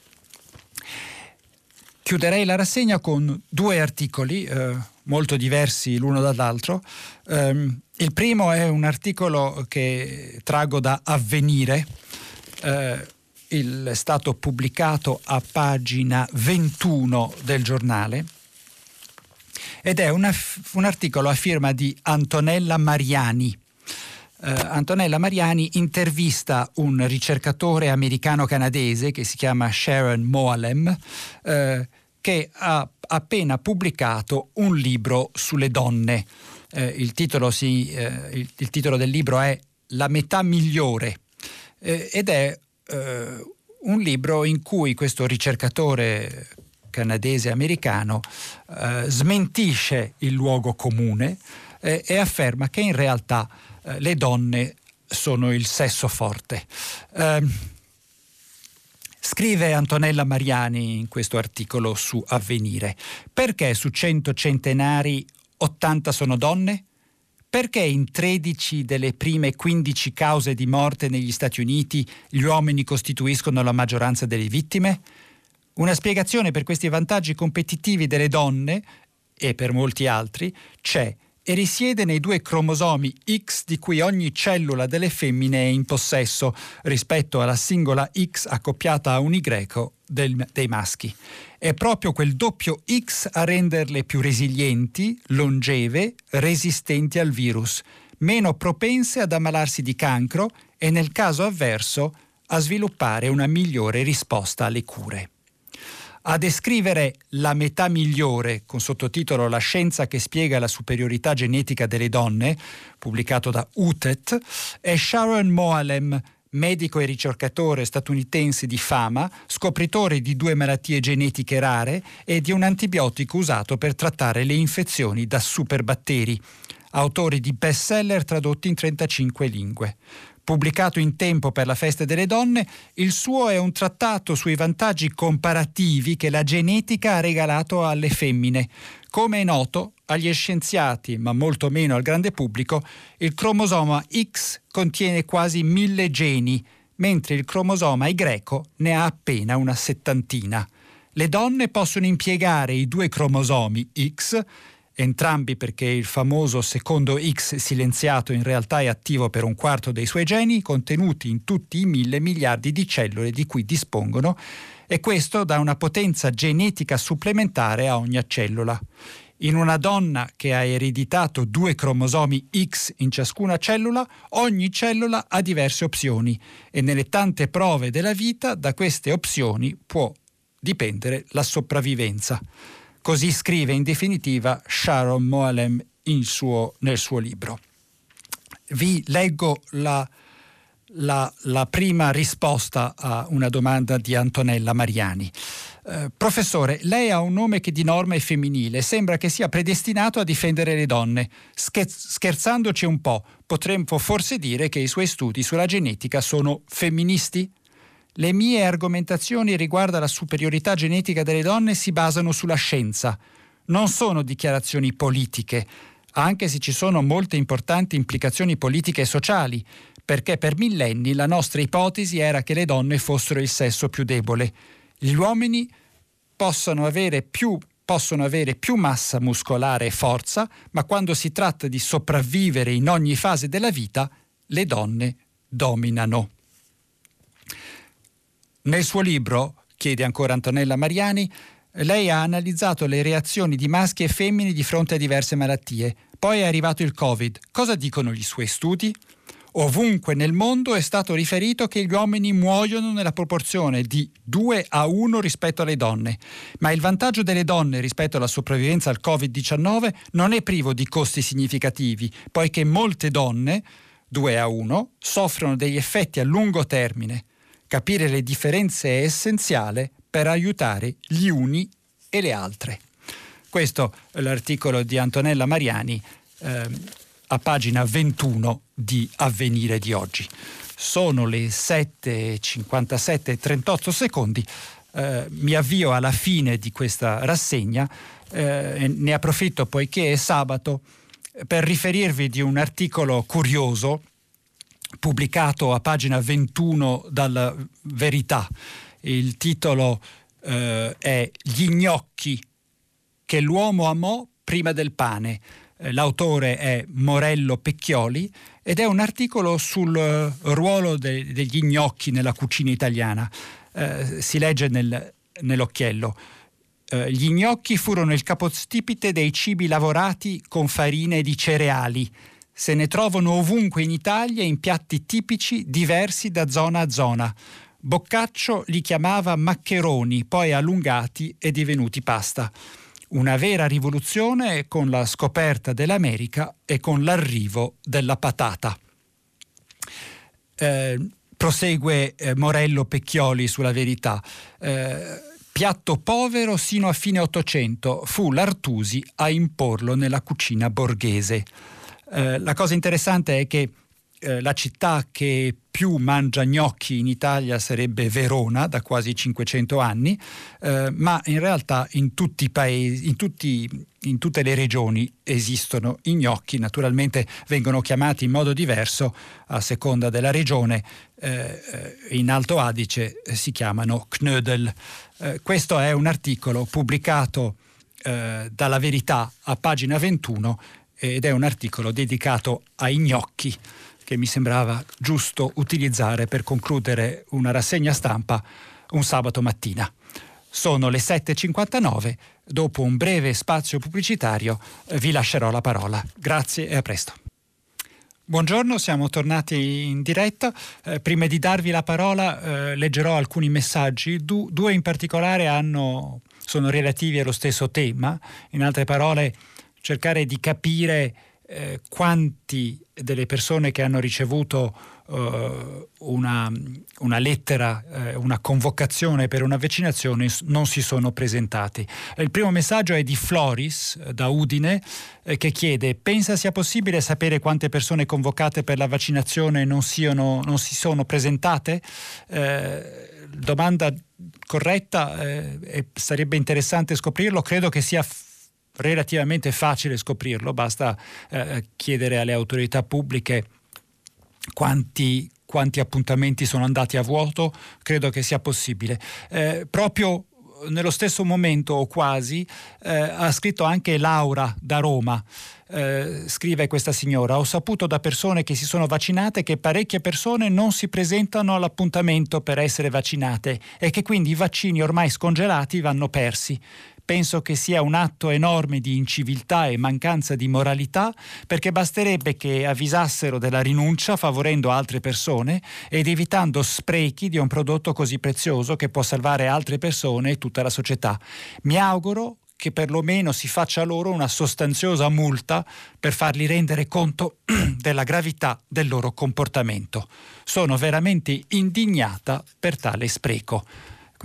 S2: Chiuderei la rassegna con due articoli molto diversi l'uno dall'altro. Il primo è un articolo che traggo da Avvenire, è stato pubblicato a pagina 21 del giornale, ed è un articolo a firma di Antonella Mariani. Antonella Mariani intervista un ricercatore americano-canadese che si chiama Sharon Moalem, che ha appena pubblicato un libro sulle donne. Il titolo del libro è La metà migliore, ed è un libro in cui questo ricercatore canadese-americano smentisce il luogo comune e afferma che in realtà le donne sono il sesso forte. Scrive Antonella Mariani in questo articolo su Avvenire: perché su 100 centenari 80 sono donne? Perché in 13 delle prime 15 cause di morte negli Stati Uniti gli uomini costituiscono la maggioranza delle vittime? Una spiegazione per questi vantaggi competitivi delle donne, e per molti altri, c'è e risiede nei due cromosomi X di cui ogni cellula delle femmine è in possesso rispetto alla singola X accoppiata a un Y dei maschi. È proprio quel doppio X a renderle più resilienti, longeve, resistenti al virus, meno propense ad ammalarsi di cancro e, nel caso avverso, a sviluppare una migliore risposta alle cure. A descrivere La metà migliore, con sottotitolo La scienza che spiega la superiorità genetica delle donne, pubblicato da UTET, è Sharon Moalem, medico e ricercatore statunitense di fama, scopritore di 2 malattie genetiche rare e di un antibiotico usato per trattare le infezioni da superbatteri, autori di bestseller tradotti in 35 lingue. Pubblicato in tempo per la festa delle donne, il suo è un trattato sui vantaggi comparativi che la genetica ha regalato alle femmine. Come è noto, agli scienziati, ma molto meno al grande pubblico, il cromosoma X contiene quasi 1000 geni, mentre il cromosoma Y ne ha appena una 70. Le donne possono impiegare i 2 cromosomi X, entrambi perché il famoso secondo X silenziato in realtà è attivo per 1/4 dei suoi geni, contenuti in tutti i 1000 miliardi di cellule di cui dispongono, e questo dà una potenza genetica supplementare a ogni cellula. In una donna che ha ereditato 2 cromosomi X in ciascuna cellula, ogni cellula ha diverse opzioni e nelle tante prove della vita da queste opzioni può dipendere la sopravvivenza. Così scrive in definitiva Sharon Moalem nel suo libro. Vi leggo la prima risposta a una domanda di Antonella Mariani. Professore, lei ha un nome che di norma è femminile, sembra che sia predestinato a difendere le donne. Scherzandoci un po', potremmo forse dire che i suoi studi sulla genetica sono femministi? Le mie argomentazioni riguardo alla superiorità genetica delle donne si basano sulla scienza. Non sono dichiarazioni politiche, anche se ci sono molte importanti implicazioni politiche e sociali, perché per millenni la nostra ipotesi era che le donne fossero il sesso più debole. Gli uomini possono avere più massa muscolare e forza, ma quando si tratta di sopravvivere in ogni fase della vita, le donne dominano. Nel suo libro, chiede ancora Antonella Mariani, lei ha analizzato le reazioni di maschi e femmine di fronte a diverse malattie. Poi è arrivato il Covid. Cosa dicono gli suoi studi? Ovunque nel mondo è stato riferito che gli uomini muoiono nella proporzione di 2-1 rispetto alle donne, ma il vantaggio delle donne rispetto alla sopravvivenza al Covid-19 non è privo di costi significativi, poiché molte donne, 2-1, soffrono degli effetti a lungo termine. Capire le differenze è essenziale per aiutare gli uni e le altre. Questo è l'articolo di Antonella Mariani a pagina 21 di Avvenire di oggi. Sono le 7:57 e 38 secondi. Mi avvio alla fine di questa rassegna, ne approfitto poiché è sabato per riferirvi di un articolo curioso pubblicato a pagina 21 dalla Verità. Il titolo è Gli gnocchi che l'uomo amò prima del pane. L'autore è Morello Pecchioli ed è un articolo sul ruolo degli gnocchi nella cucina italiana. Si legge nell'occhiello. Gli gnocchi furono il capostipite dei cibi lavorati con farine di cereali. Se ne trovano ovunque in Italia in piatti tipici diversi da zona a zona. Boccaccio li chiamava maccheroni, poi allungati e divenuti pasta. Una vera rivoluzione con la scoperta dell'America e con l'arrivo della patata. Prosegue Morello Pecchioli sulla Verità. Piatto povero sino a fine Ottocento, fu l'Artusi a imporlo nella cucina borghese. La cosa interessante è che la città che più mangia gnocchi in Italia sarebbe Verona da quasi 500 anni, ma in realtà in tutti i paesi, in tutte le regioni esistono i gnocchi. Naturalmente vengono chiamati in modo diverso a seconda della regione. In Alto Adige si chiamano Knödel. Questo è un articolo pubblicato dalla Verità a pagina 21 ed è un articolo dedicato ai gnocchi che mi sembrava giusto utilizzare per concludere una rassegna stampa un sabato mattina. Sono le 7:59, dopo un breve spazio pubblicitario vi lascerò la parola. Grazie e a presto. Buongiorno, siamo tornati in diretta. Prima di darvi la parola leggerò alcuni messaggi, due in particolare sono relativi allo stesso tema, in altre parole cercare di capire quanti delle persone che hanno ricevuto una lettera, una convocazione per una vaccinazione non si sono presentati. Il primo messaggio è di Floris da Udine che chiede: pensa sia possibile sapere quante persone convocate per la vaccinazione non si sono presentate? Domanda corretta, sarebbe interessante scoprirlo. Credo che sia relativamente facile scoprirlo, basta chiedere alle autorità pubbliche quanti appuntamenti sono andati a vuoto. Credo che sia possibile. Proprio nello stesso momento o quasi ha scritto anche Laura da Roma. Scrive questa signora: ho saputo da persone che si sono vaccinate che parecchie persone non si presentano all'appuntamento per essere vaccinate e che quindi i vaccini ormai scongelati vanno persi. Penso che sia un atto enorme di inciviltà e mancanza di moralità, perché basterebbe che avvisassero della rinuncia favorendo altre persone ed evitando sprechi di un prodotto così prezioso che può salvare altre persone e tutta la società. Mi auguro che perlomeno si faccia loro una sostanziosa multa per farli rendere conto della gravità del loro comportamento. Sono veramente indignata per tale spreco.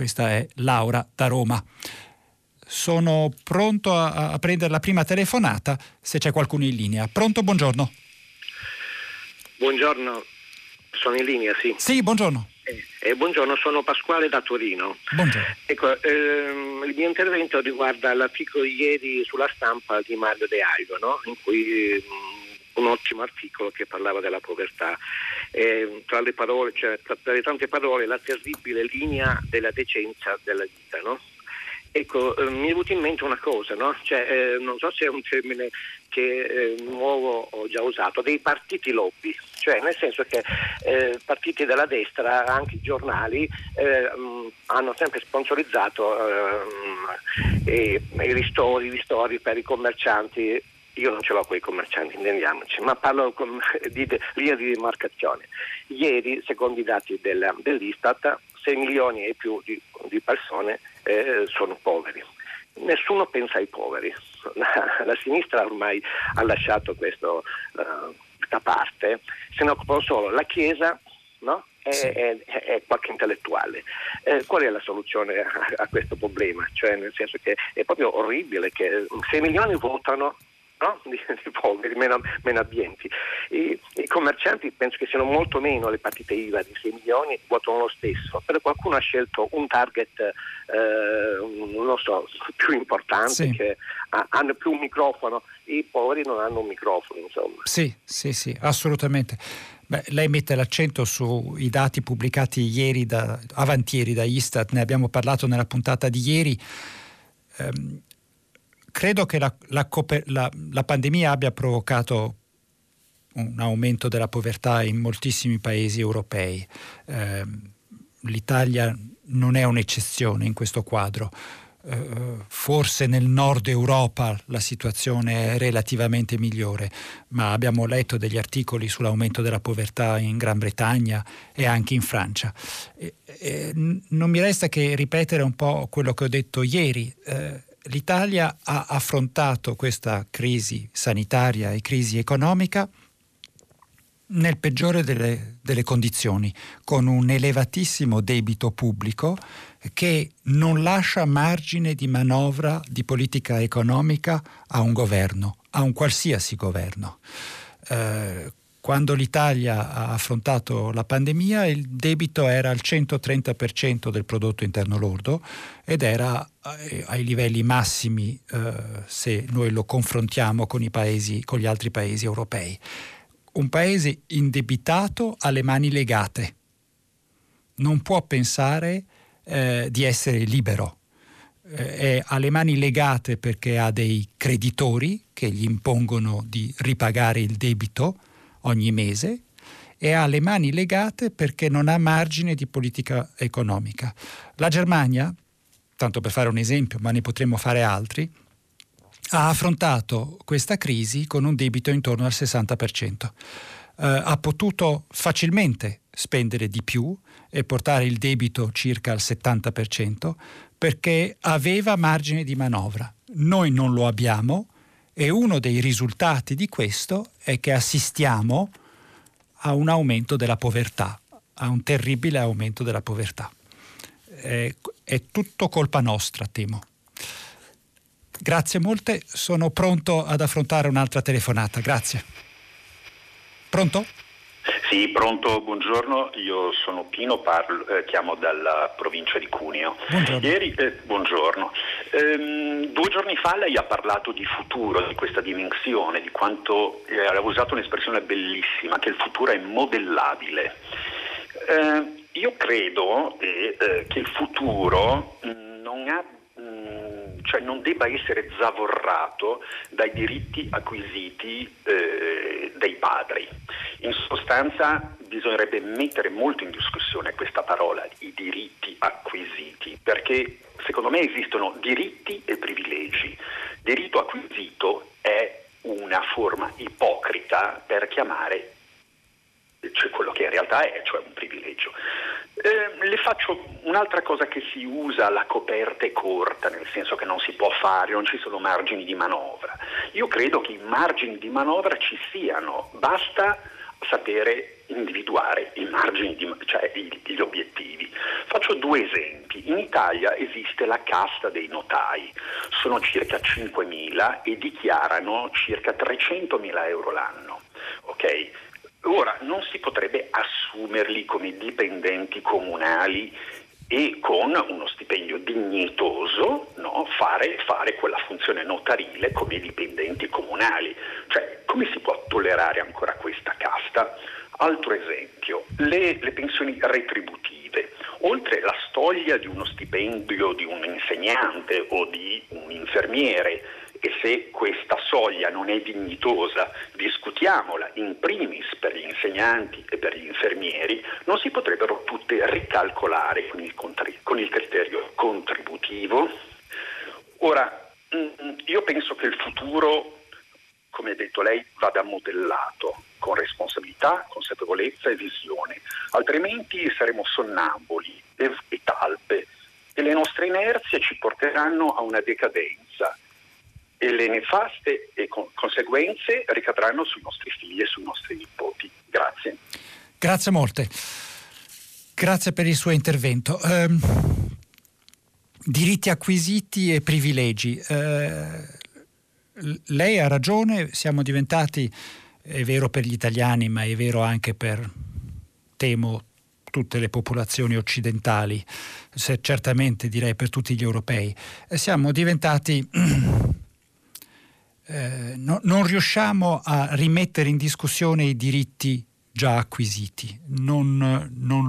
S2: Questa è Laura da Roma. Sono pronto a prendere la prima telefonata, se c'è qualcuno in linea. Pronto, buongiorno.
S3: Buongiorno, sono in linea, sì.
S2: Sì, buongiorno.
S3: Buongiorno, sono Pasquale da Torino.
S2: Buongiorno.
S3: Ecco, il mio intervento riguarda l'articolo ieri sulla Stampa di Mario De Aglio, no? In cui un ottimo articolo che parlava della povertà. Tra le parole, cioè tra le tante parole, la terribile linea della decenza della vita, no? Ecco, mi è venuto in mente una cosa, no? Cioè, non so se è un termine che nuovo ho già usato, dei partiti lobby, cioè nel senso che partiti della destra, anche i giornali, hanno sempre sponsorizzato i ristori per i commercianti. Io non ce l'ho con i commercianti, intendiamoci, ma parlo di linea di demarcazione. Ieri, secondo i dati dell'Istat, 6 milioni e più di persone sono poveri. Nessuno pensa ai poveri. La sinistra ormai ha lasciato questa parte, se ne occupa solo la Chiesa, no? E qualche intellettuale. Qual è la soluzione a questo problema? Cioè, nel senso che è proprio orribile che 6 milioni votano, no? di poveri, meno abbienti. I commercianti penso che siano molto meno, le partite IVA di 6 milioni votano lo stesso, però qualcuno ha scelto un target non lo so, più importante, sì, che hanno più un microfono. I poveri non hanno un microfono, insomma.
S2: Sì, assolutamente. Beh, lei mette l'accento sui dati pubblicati avantieri da Istat, ne abbiamo parlato nella puntata di ieri. Credo che la pandemia abbia provocato un aumento della povertà in moltissimi paesi europei. L'Italia non è un'eccezione in questo quadro. Forse nel nord Europa la situazione è relativamente migliore, ma abbiamo letto degli articoli sull'aumento della povertà in Gran Bretagna e anche in Francia. Non mi resta che ripetere un po' quello che ho detto ieri. L'Italia ha affrontato questa crisi sanitaria e crisi economica nel peggiore delle condizioni, con un elevatissimo debito pubblico che non lascia margine di manovra di politica economica a un governo, a un qualsiasi governo. Quando l'Italia ha affrontato la pandemia, il debito era al 130% del prodotto interno lordo ed era ai livelli massimi se noi lo confrontiamo con gli altri paesi europei. Un paese indebitato ha le mani legate, non può pensare di essere libero. Ha le mani legate perché ha dei creditori che gli impongono di ripagare il debito ogni mese e ha le mani legate perché non ha margine di politica economica. La Germania, tanto per fare un esempio, ma ne potremmo fare altri, ha affrontato questa crisi con un debito intorno al 60%. Ha potuto facilmente spendere di più e portare il debito circa al 70% perché aveva margine di manovra. Noi non lo abbiamo e uno dei risultati di questo è che assistiamo a un aumento della povertà, a un terribile aumento della povertà. È tutto colpa nostra, temo. Grazie molte, sono pronto ad affrontare un'altra telefonata. Grazie. Pronto?
S4: Sì, pronto, buongiorno, io sono Pino, chiamo dalla provincia di Cuneo.
S2: Buongiorno.
S4: Buongiorno. 2 giorni fa lei ha parlato di futuro, di questa dimensione, di quanto ha usato un'espressione bellissima, che il futuro è modellabile. Io credo che il futuro non debba essere zavorrato dai diritti acquisiti dai padri. In sostanza bisognerebbe mettere molto in discussione questa parola, i diritti acquisiti, perché secondo me esistono diritti e privilegi. Diritto acquisito è una forma ipocrita per chiamare quello che in realtà è, cioè un privilegio. Le faccio un'altra cosa che si usa, la coperta è corta, nel senso che non si può fare, non ci sono margini di manovra. Io credo che i margini di manovra ci siano, basta sapere individuare i margini, cioè gli obiettivi. Faccio 2 esempi. In Italia esiste la casta dei notai, sono circa 5.000 e dichiarano circa 300.000 euro l'anno. Ok? Ora, non si potrebbe assumerli come dipendenti comunali e con uno stipendio dignitoso, no, fare quella funzione notarile come dipendenti comunali. Cioè, come si può tollerare ancora questa casta? Altro esempio, le pensioni retributive. Oltre la soglia di uno stipendio di un insegnante o di un infermiere, e se questa soglia non è dignitosa, discutiamola in primis per gli insegnanti e per gli infermieri, non si potrebbero tutte ricalcolare con il criterio contributivo? Ora, io penso che il futuro, come ha detto lei, vada modellato con responsabilità, consapevolezza e visione, altrimenti saremo sonnambuli e talpe e le nostre inerzie ci porteranno a una decadenza e le nefaste conseguenze ricadranno sui nostri figli e sui nostri nipoti. Grazie.
S2: Grazie molte. Grazie per il suo intervento. Diritti acquisiti e privilegi. Lei ha ragione, siamo diventati, è vero per gli italiani, ma è vero anche per, temo, tutte le popolazioni occidentali, certamente direi per tutti gli europei. Siamo diventati... non riusciamo a rimettere in discussione i diritti già acquisiti, non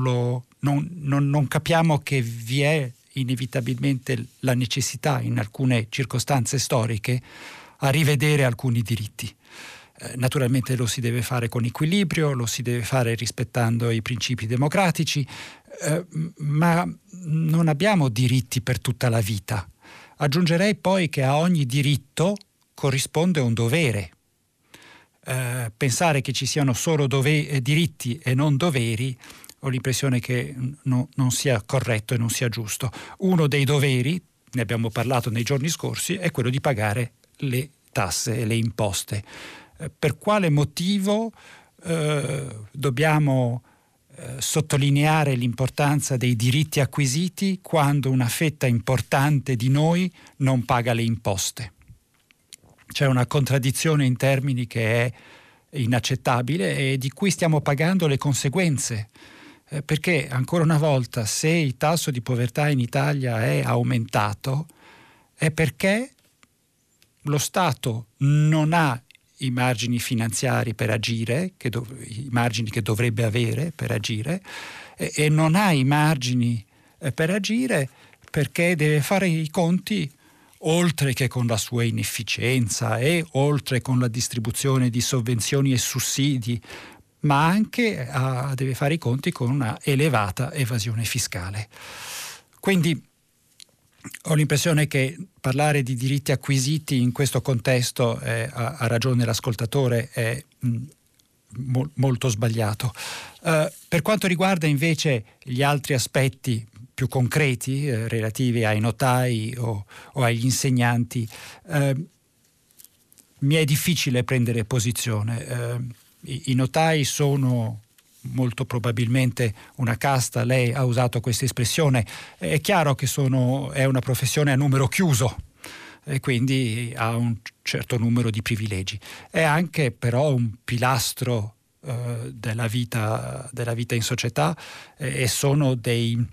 S2: capiamo che vi è inevitabilmente la necessità in alcune circostanze storiche a rivedere alcuni diritti. Naturalmente lo si deve fare con equilibrio, lo si deve fare rispettando i principi democratici, ma non abbiamo diritti per tutta la vita. Aggiungerei poi che a ogni diritto corrisponde un dovere. Pensare che ci siano solo diritti e non doveri, ho l'impressione che non sia corretto e non sia giusto. Uno dei doveri, ne abbiamo parlato nei giorni scorsi, è quello di pagare le tasse e le imposte. Per quale motivo dobbiamo sottolineare l'importanza dei diritti acquisiti quando una fetta importante di noi non paga le imposte? C'è una contraddizione in termini che è inaccettabile e di cui stiamo pagando le conseguenze. Perché, ancora una volta, se il tasso di povertà in Italia è aumentato, è perché lo Stato non ha i margini finanziari per agire, i margini che dovrebbe avere per agire, e non ha i margini per agire perché deve fare i conti oltre che con la sua inefficienza e oltre con la distribuzione di sovvenzioni e sussidi, ma anche deve fare i conti con una elevata evasione fiscale. Quindi ho l'impressione che parlare di diritti acquisiti in questo contesto, ha ragione l'ascoltatore, è molto sbagliato. Per quanto riguarda invece gli altri aspetti più concreti relativi ai notai o agli insegnanti, mi è difficile prendere posizione. I notai sono molto probabilmente una casta, lei ha usato questa espressione, è chiaro che è una professione a numero chiuso e quindi ha un certo numero di privilegi. È anche però un pilastro della vita in società e sono degli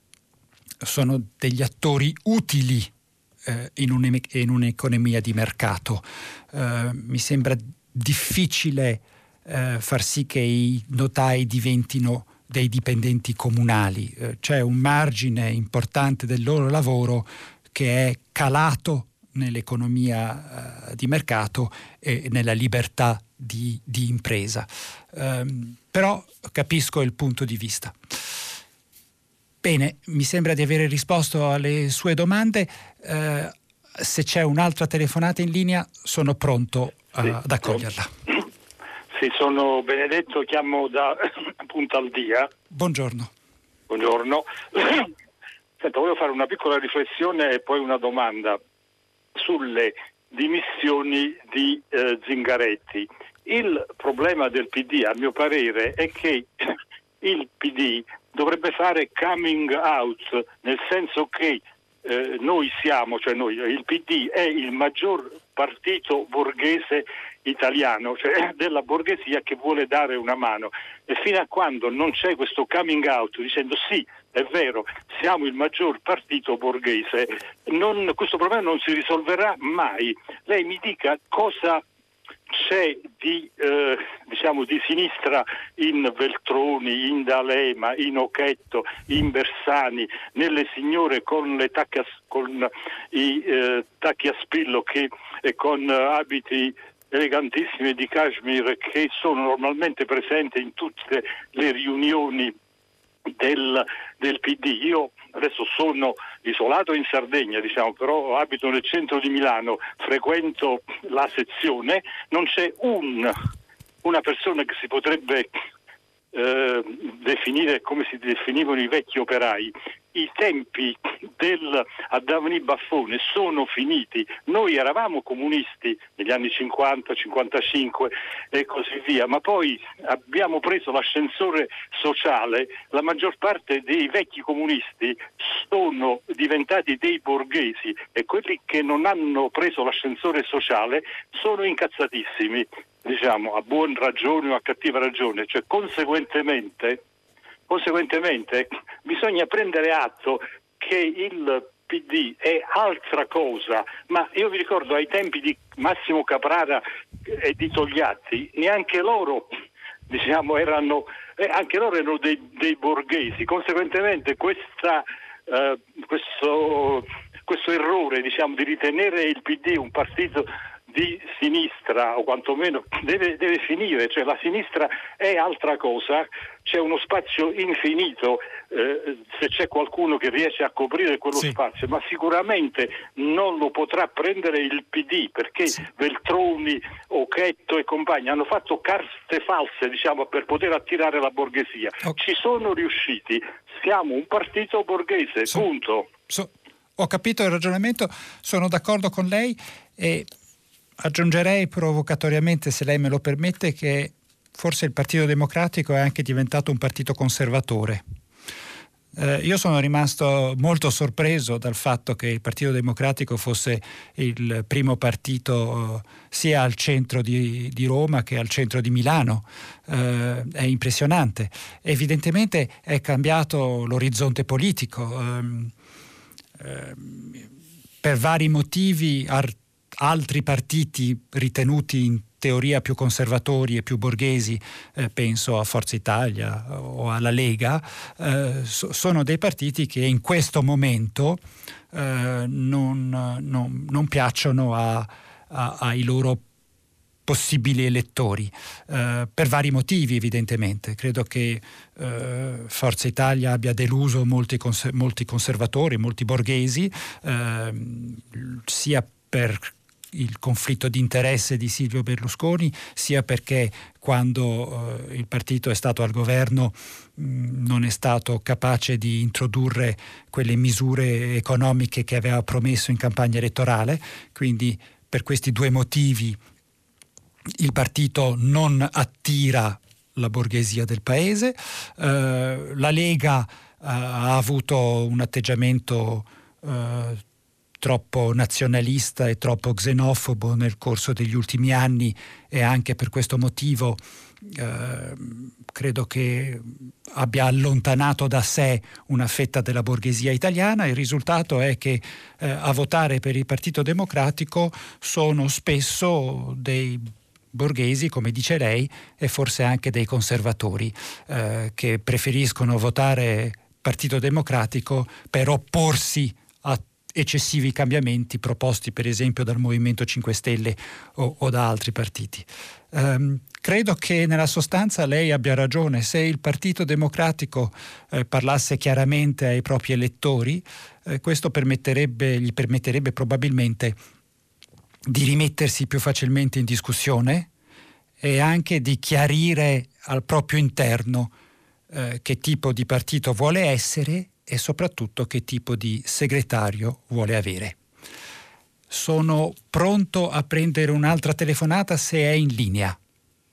S2: attori utili in un'economia di mercato. Mi sembra difficile far sì che i notai diventino dei dipendenti comunali. C'è un margine importante del loro lavoro che è calato nell'economia di mercato e nella libertà di impresa. Però capisco il punto di vista. Bene, mi sembra di aver risposto alle sue domande. Se c'è un'altra telefonata in linea, sono pronto ad accoglierla.
S5: Sì, sono Benedetto, chiamo da Puntaldia.
S2: Buongiorno.
S5: Buongiorno. Senta, volevo fare una piccola riflessione e poi una domanda sulle dimissioni di Zingaretti. Il problema del PD, a mio parere, è che il PD dovrebbe fare coming out, nel senso che il PD è il maggior partito borghese italiano, cioè della borghesia che vuole dare una mano, e fino a quando non c'è questo coming out dicendo sì, è vero, siamo il maggior partito borghese, questo problema non si risolverà mai. Lei mi dica cosa c'è di sinistra in Veltroni, in D'Alema, in Occhetto, in Bersani, nelle signore con i tacchi a spillo e con abiti elegantissimi di cashmere che sono normalmente presenti in tutte le riunioni del PD. Io adesso sono isolato in Sardegna, però abito nel centro di Milano, frequento la sezione, non c'è una persona che si potrebbe definire come si definivano i vecchi operai. I tempi del Adamni Baffone sono finiti. Noi eravamo comunisti negli anni 50, 55 e così via, ma poi abbiamo preso l'ascensore sociale. La maggior parte dei vecchi comunisti sono diventati dei borghesi e quelli che non hanno preso l'ascensore sociale sono incazzatissimi, a buon ragione o a cattiva ragione. Cioè, conseguentemente bisogna prendere atto che il PD è altra cosa, ma io vi ricordo ai tempi di Massimo Caprara e di Togliatti, neanche loro erano dei borghesi. Conseguentemente questo errore di ritenere il PD un partito di sinistra, o quantomeno deve finire. Cioè, la sinistra è altra cosa, c'è uno spazio infinito, se c'è qualcuno che riesce a coprire quello spazio, ma sicuramente non lo potrà prendere il PD, perché Veltroni, Occhetto e compagni hanno fatto carte false, per poter attirare la borghesia. Ci sono riusciti, siamo un partito borghese, punto.
S2: Ho capito il ragionamento, sono d'accordo con lei e aggiungerei provocatoriamente, se lei me lo permette, che forse il Partito Democratico è anche diventato un partito conservatore. Io sono rimasto molto sorpreso dal fatto che il Partito Democratico fosse il primo partito sia al centro di Roma che al centro di Milano. È impressionante. Evidentemente è cambiato l'orizzonte politico. Per vari motivi altri partiti ritenuti in teoria più conservatori e più borghesi, penso a Forza Italia o alla Lega, sono dei partiti che in questo momento non piacciono ai loro possibili elettori, per vari motivi evidentemente. Credo che Forza Italia abbia deluso molti conservatori, molti borghesi, sia per il conflitto di interesse di Silvio Berlusconi, sia perché quando il partito è stato al governo non è stato capace di introdurre quelle misure economiche che aveva promesso in campagna elettorale. Quindi per questi due motivi il partito non attira la borghesia del paese. La Lega ha avuto un atteggiamento troppo nazionalista e troppo xenofobo nel corso degli ultimi anni, e anche per questo motivo credo che abbia allontanato da sé una fetta della borghesia italiana. Il risultato è che a votare per il Partito Democratico sono spesso dei borghesi, come dice lei, e forse anche dei conservatori che preferiscono votare Partito Democratico per opporsi a eccessivi cambiamenti proposti per esempio dal Movimento 5 Stelle o da altri partiti. Credo che nella sostanza lei abbia ragione. Se il Partito Democratico parlasse chiaramente ai propri elettori, questo gli permetterebbe probabilmente di rimettersi più facilmente in discussione e anche di chiarire al proprio interno che tipo di partito vuole essere e soprattutto che tipo di segretario vuole avere. Sono pronto a prendere un'altra telefonata se è in linea.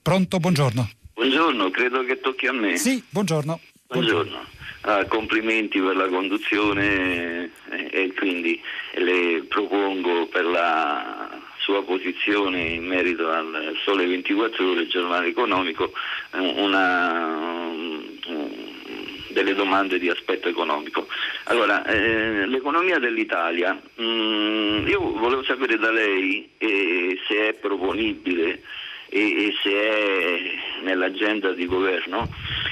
S2: Pronto, buongiorno.
S6: Buongiorno, credo che tocchi a me.
S2: Sì, buongiorno.
S6: Buongiorno. Complimenti per la conduzione e quindi le propongo per la sua posizione in merito al Sole 24 Ore, il giornale economico, delle domande di aspetto economico. Allora, l'economia dell'Italia, io volevo sapere da lei se è proponibile e se è nell'agenda di governo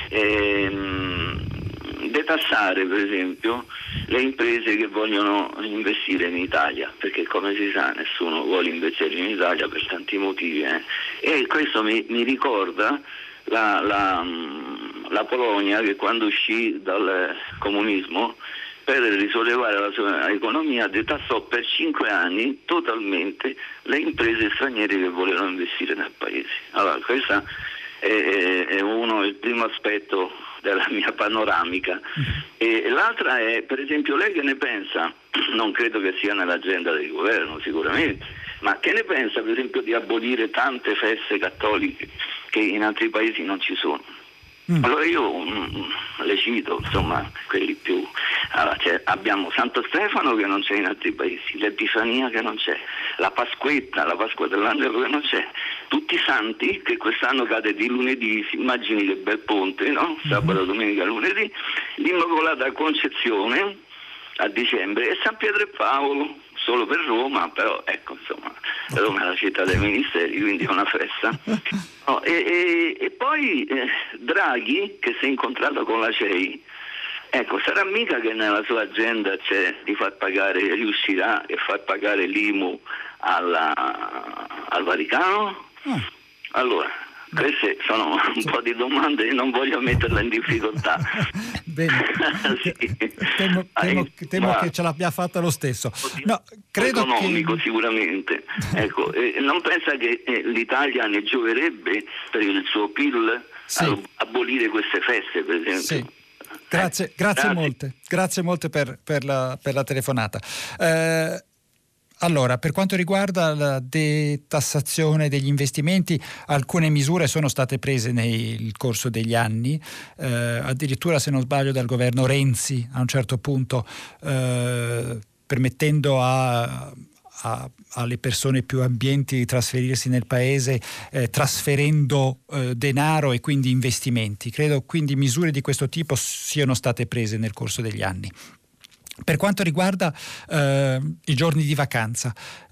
S6: detassare per esempio le imprese che vogliono investire in Italia, perché come si sa nessuno vuole investire in Italia per tanti motivi, e questo mi ricorda la Polonia, che quando uscì dal comunismo, per risollevare la sua economia, detassò per 5 anni totalmente le imprese straniere che volevano investire nel paese. Allora, questo è il primo aspetto della mia panoramica. E l'altra è, per esempio, lei che ne pensa? Non credo che sia nell'agenda del governo sicuramente, ma che ne pensa per esempio di abolire tante feste cattoliche che in altri paesi non ci sono? Allora io le cito, insomma, quelli più. Allora, abbiamo Santo Stefano che non c'è in altri paesi, l'Epifania che non c'è, la Pasqua dell'Angelo che non c'è, tutti i santi che quest'anno cade di lunedì, si immagini che bel ponte, no? Sabato, domenica, lunedì, l'Immacolata Concezione a dicembre e San Pietro e Paolo solo per Roma, però ecco, insomma, Roma è la città dei ministeri, quindi è una festa. No, e poi Draghi, che si è incontrato con la CEI, ecco, sarà mica che nella sua agenda c'è di far pagare, riuscirà a far pagare l'IMU al Vaticano? Allora, queste sono un po' di domande e non voglio metterla in difficoltà.
S2: Bene, sì. Temo che ce l'abbia fatta lo stesso. No, credo
S6: economico sicuramente. Ecco, non pensa che l'Italia ne gioverebbe per il suo PIL abolire queste feste, per esempio?
S2: Sì. Grazie molte per la telefonata. Allora, per quanto riguarda la detassazione degli investimenti, alcune misure sono state prese nel corso degli anni, addirittura, se non sbaglio, dal governo Renzi a un certo punto, permettendo alle persone più abbienti di trasferirsi nel paese, trasferendo denaro e quindi investimenti. Credo quindi misure di questo tipo siano state prese nel corso degli anni. Per quanto riguarda i giorni di vacanza,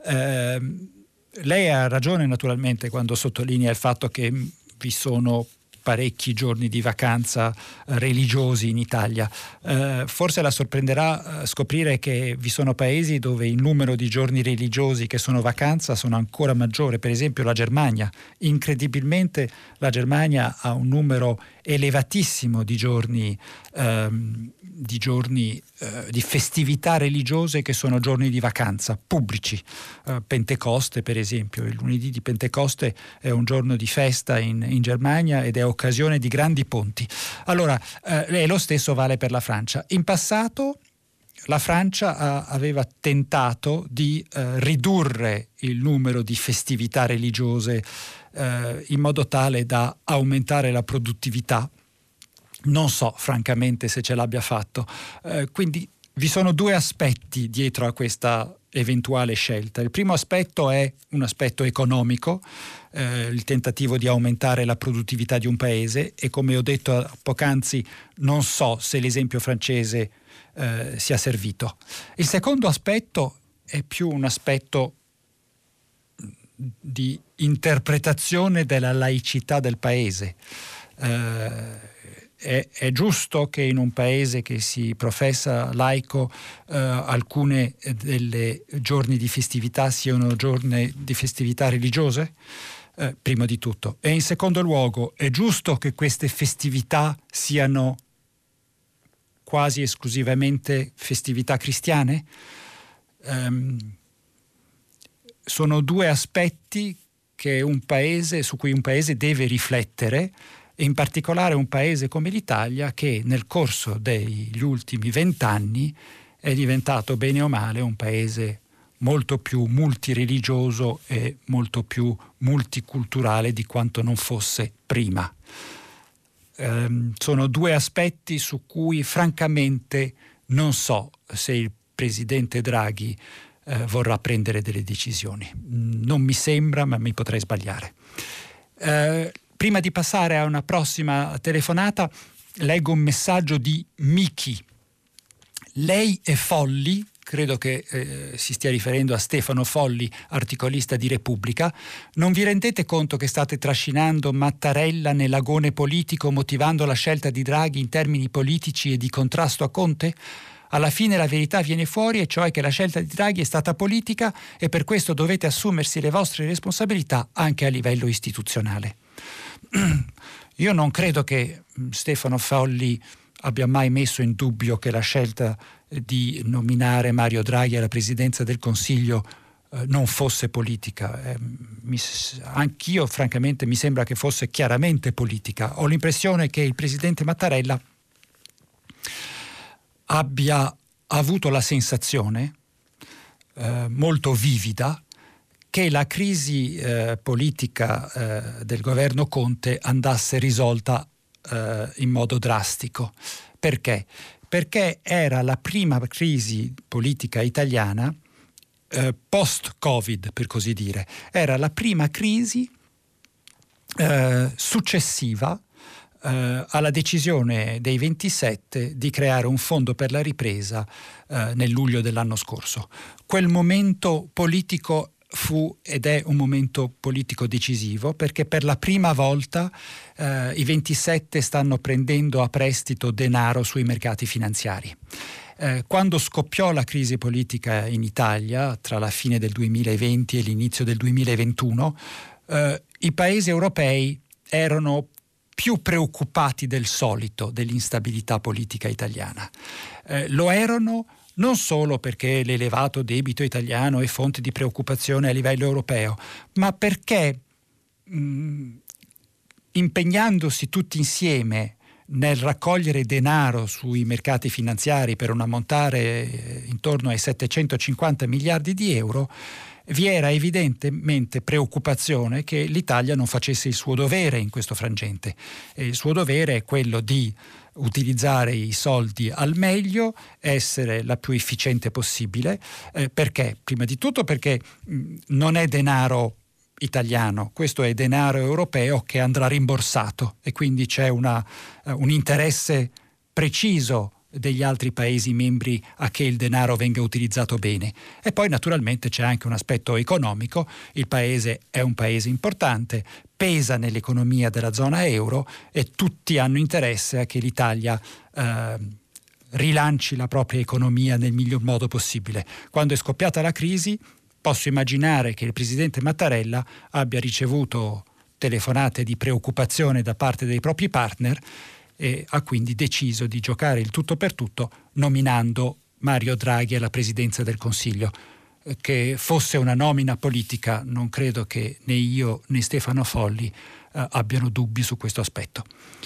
S2: lei ha ragione naturalmente quando sottolinea il fatto che vi sono parecchi giorni di vacanza religiosi in Italia. Forse la sorprenderà scoprire che vi sono paesi dove il numero di giorni religiosi che sono vacanza sono ancora maggiore, per esempio la Germania. Incredibilmente la Germania ha un numero elevatissimo di giorni di festività religiose che sono giorni di vacanza pubblici. Pentecoste, per esempio, il lunedì di Pentecoste è un giorno di festa in Germania ed è occasione di grandi ponti. Allora, lo stesso vale per la Francia. In passato la Francia aveva tentato di ridurre il numero di festività religiose in modo tale da aumentare la produttività. Non so francamente se ce l'abbia fatto. Quindi vi sono due aspetti dietro a questa eventuale scelta. Il primo aspetto è un aspetto economico, il tentativo di aumentare la produttività di un paese, e come ho detto poc'anzi non so se l'esempio francese sia servito. Il secondo aspetto è più un aspetto di interpretazione della laicità del paese. È giusto che in un paese che si professa laico alcune delle giorni di festività siano giorni di festività religiose? Prima di tutto. E in secondo luogo, è giusto che queste festività siano quasi esclusivamente festività cristiane? Sono due aspetti su cui un paese deve riflettere, e in particolare un paese come l'Italia, che nel corso degli ultimi 20 anni è diventato bene o male un paese molto più multireligioso e molto più multiculturale di quanto non fosse prima. Sono due aspetti su cui francamente non so se il presidente Draghi vorrà prendere delle decisioni. Non mi sembra, ma mi potrei sbagliare. Prima di passare a una prossima telefonata, leggo un messaggio di Miki. Lei è Folli, credo che si stia riferendo a Stefano Folli, articolista di Repubblica. Non vi rendete conto che state trascinando Mattarella nell'agone politico, motivando la scelta di Draghi in termini politici e di contrasto a Conte? Alla fine la verità viene fuori, e cioè che la scelta di Draghi è stata politica, e per questo dovete assumersi le vostre responsabilità anche a livello istituzionale. Io non credo che Stefano Folli abbia mai messo in dubbio che la scelta di nominare Mario Draghi alla presidenza del Consiglio non fosse politica. Anch'io francamente mi sembra che fosse chiaramente politica. Ho l'impressione che il presidente Mattarella abbia avuto la sensazione molto vivida che la crisi politica del governo Conte andasse risolta in modo drastico. Perché? Perché era la prima crisi politica italiana post-Covid, per così dire. Era la prima crisi successiva alla decisione dei 27 di creare un fondo per la ripresa nel luglio dell'anno scorso. Quel momento politico fu ed è un momento politico decisivo, perché per la prima volta i 27 stanno prendendo a prestito denaro sui mercati finanziari. Quando scoppiò la crisi politica in Italia, tra la fine del 2020 e l'inizio del 2021, i paesi europei erano più preoccupati del solito dell'instabilità politica italiana. Lo erano non solo perché l'elevato debito italiano è fonte di preoccupazione a livello europeo, ma perché impegnandosi tutti insieme nel raccogliere denaro sui mercati finanziari per un ammontare intorno ai 750 miliardi di euro, vi era evidentemente preoccupazione che l'Italia non facesse il suo dovere in questo frangente. E il suo dovere è quello di utilizzare i soldi al meglio, essere la più efficiente possibile. Perché? Prima di tutto perché non è denaro italiano, questo è denaro europeo che andrà rimborsato, e quindi c'è un interesse preciso degli altri Paesi membri a che il denaro venga utilizzato bene. E poi naturalmente c'è anche un aspetto economico. Il Paese è un Paese importante, pesa nell'economia della zona euro, e tutti hanno interesse a che l'Italia rilanci la propria economia nel miglior modo possibile. Quando è scoppiata la crisi, posso immaginare che il presidente Mattarella abbia ricevuto telefonate di preoccupazione da parte dei propri partner e ha quindi deciso di giocare il tutto per tutto nominando Mario Draghi alla presidenza del Consiglio. Che fosse una nomina politica, non credo che né io né Stefano Folli abbiano dubbi su questo aspetto.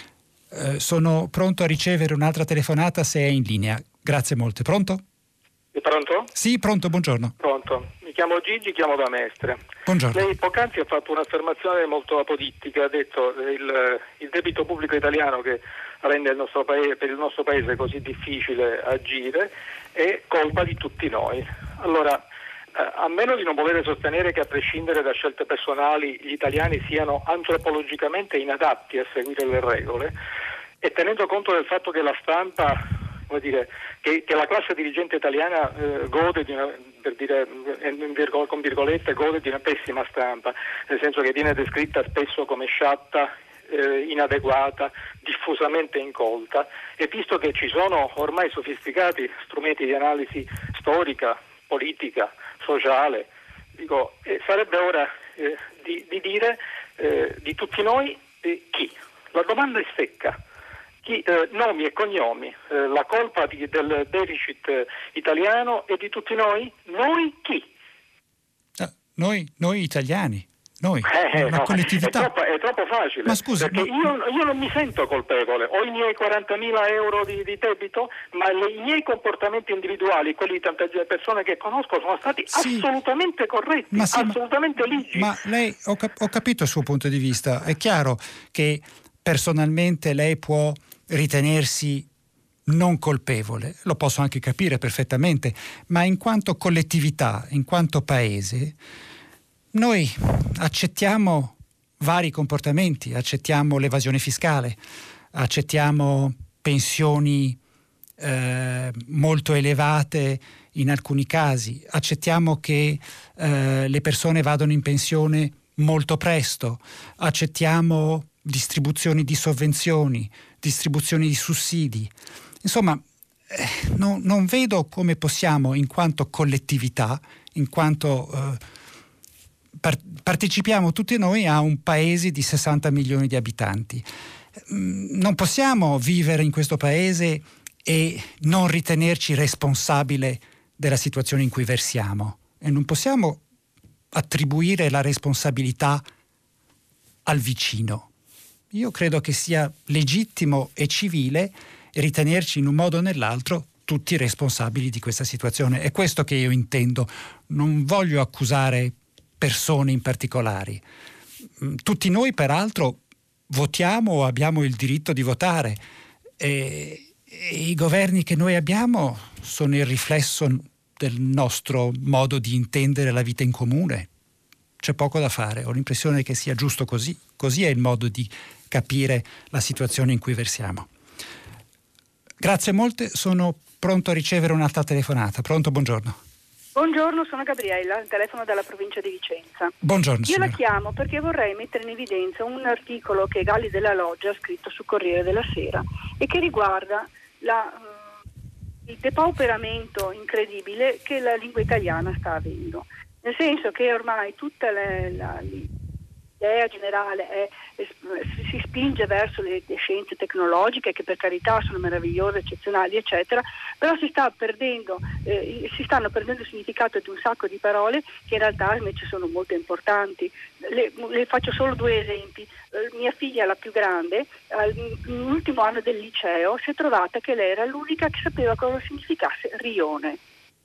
S2: Sono pronto a ricevere un'altra telefonata se è in linea. Grazie molte. Pronto?
S7: È pronto?
S2: Sì, pronto, buongiorno.
S7: Pronto. Mi chiamo Gigi, chiamo da Mestre.
S2: Buongiorno.
S7: Lei poc'anzi ha fatto un'affermazione molto apodittica, ha detto il debito pubblico italiano che rende per il nostro paese così difficile agire è colpa di tutti noi. Allora, a meno di non volere sostenere che a prescindere da scelte personali gli italiani siano antropologicamente inadatti a seguire le regole, e tenendo conto del fatto che la stampa, come dire, che la classe dirigente italiana gode di una, per dire con virgolette, gode di una pessima stampa, nel senso che viene descritta spesso come sciatta, inadeguata, diffusamente incolta, e visto che ci sono ormai sofisticati strumenti di analisi storica, politica, sociale, dico, sarebbe ora di dire di tutti noi chi? La domanda è secca. Nomi e cognomi, la colpa del deficit italiano è di tutti noi? Noi chi?
S2: Noi italiani. noi, la collettività.
S7: È troppo facile.
S2: Ma scusa,
S7: perché io non mi sento colpevole, ho i miei 40.000 euro di debito, ma i miei comportamenti individuali, quelli di tante persone che conosco, sono stati assolutamente corretti, assolutamente ligi.
S2: Ma lei, ho capito il suo punto di vista, è chiaro che personalmente lei può ritenersi non colpevole, lo posso anche capire perfettamente, ma in quanto collettività, in quanto paese, noi accettiamo vari comportamenti, accettiamo l'evasione fiscale, accettiamo pensioni molto elevate in alcuni casi, accettiamo che le persone vadano in pensione molto presto, accettiamo distribuzioni di sovvenzioni, distribuzioni di sussidi. Insomma, non vedo come possiamo, in quanto collettività, in quanto partecipiamo tutti noi a un paese di 60 milioni di abitanti. Non possiamo vivere in questo paese e non ritenerci responsabile della situazione in cui versiamo, e non possiamo attribuire la responsabilità al vicino. Io credo che sia legittimo e civile ritenerci in un modo o nell'altro tutti responsabili di questa situazione. È questo che io intendo. Non voglio accusare persone in particolari. Tutti noi, peraltro, votiamo o abbiamo il diritto di votare. E i governi che noi abbiamo sono il riflesso del nostro modo di intendere la vita in comune. C'è poco da fare. Ho l'impressione che sia giusto così. Così è il modo di capire la situazione in cui versiamo. Grazie molte, sono pronto a ricevere un'altra telefonata. Pronto, buongiorno.
S8: Buongiorno, sono Gabriella, telefono dalla provincia di Vicenza.
S2: Buongiorno,
S8: Io
S2: signora.
S8: la chiamo perché vorrei mettere in evidenza un articolo che Galli della Loggia ha scritto su Corriere della Sera e che riguarda il depauperamento incredibile che la lingua italiana sta avendo. Nel senso che ormai tutta l'idea generale si spinge verso le scienze tecnologiche, che per carità sono meravigliose, eccezionali, eccetera, però si stanno perdendo il significato di un sacco di parole che in realtà invece sono molto importanti. Le faccio solo due esempi. Mia figlia, la più grande, all'ultimo anno del liceo si è trovata che lei era l'unica che sapeva cosa significasse rione.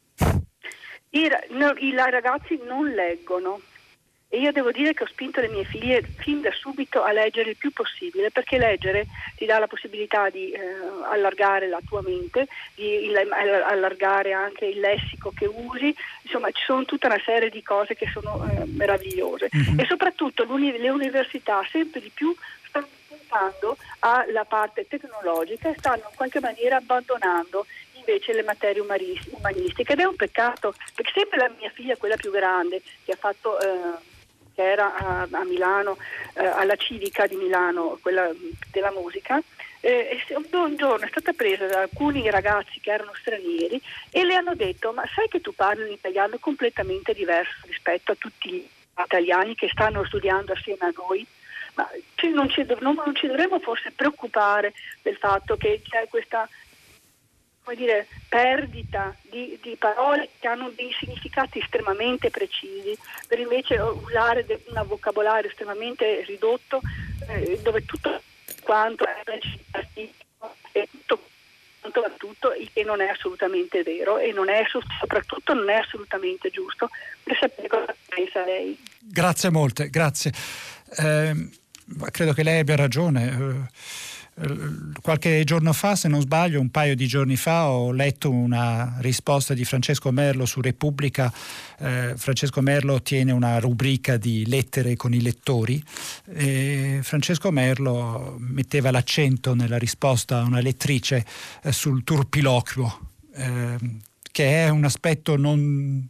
S8: I ragazzi non leggono. E io devo dire che ho spinto le mie figlie fin da subito a leggere il più possibile, perché leggere ti dà la possibilità di allargare la tua mente, di allargare anche il lessico che usi. Insomma, ci sono tutta una serie di cose che sono meravigliose. Mm-hmm. E soprattutto le università sempre di più stanno puntando alla parte tecnologica e stanno in qualche maniera abbandonando invece le materie umanistiche, ed è un peccato, perché sempre la mia figlia, quella più grande, che ha fatto che era a Milano, alla Civica di Milano, quella della musica, un giorno è stata presa da alcuni ragazzi che erano stranieri e le hanno detto: ma sai che tu parli un italiano completamente diverso rispetto a tutti gli italiani che stanno studiando assieme a noi? Ma non ci dovremmo forse preoccupare del fatto che c'è questa, come dire, perdita di parole che hanno dei significati estremamente precisi, per invece usare un vocabolario estremamente ridotto, dove tutto quanto è specifico e tutto quanto va tutto, il che non è assolutamente vero e soprattutto non è assolutamente giusto. Per sapere cosa pensa lei.
S2: Grazie molte, grazie. Credo che lei abbia ragione. Qualche giorno fa, se non sbaglio, un paio di giorni fa, ho letto una risposta di Francesco Merlo su Repubblica. Francesco Merlo tiene una rubrica di lettere con i lettori e Francesco Merlo metteva l'accento nella risposta a una lettrice sul turpiloquio, che è un aspetto non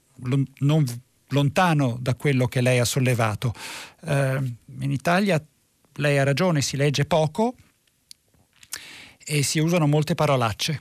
S2: lontano da quello che lei ha sollevato. In Italia, lei ha ragione, si legge poco e si usano molte parolacce.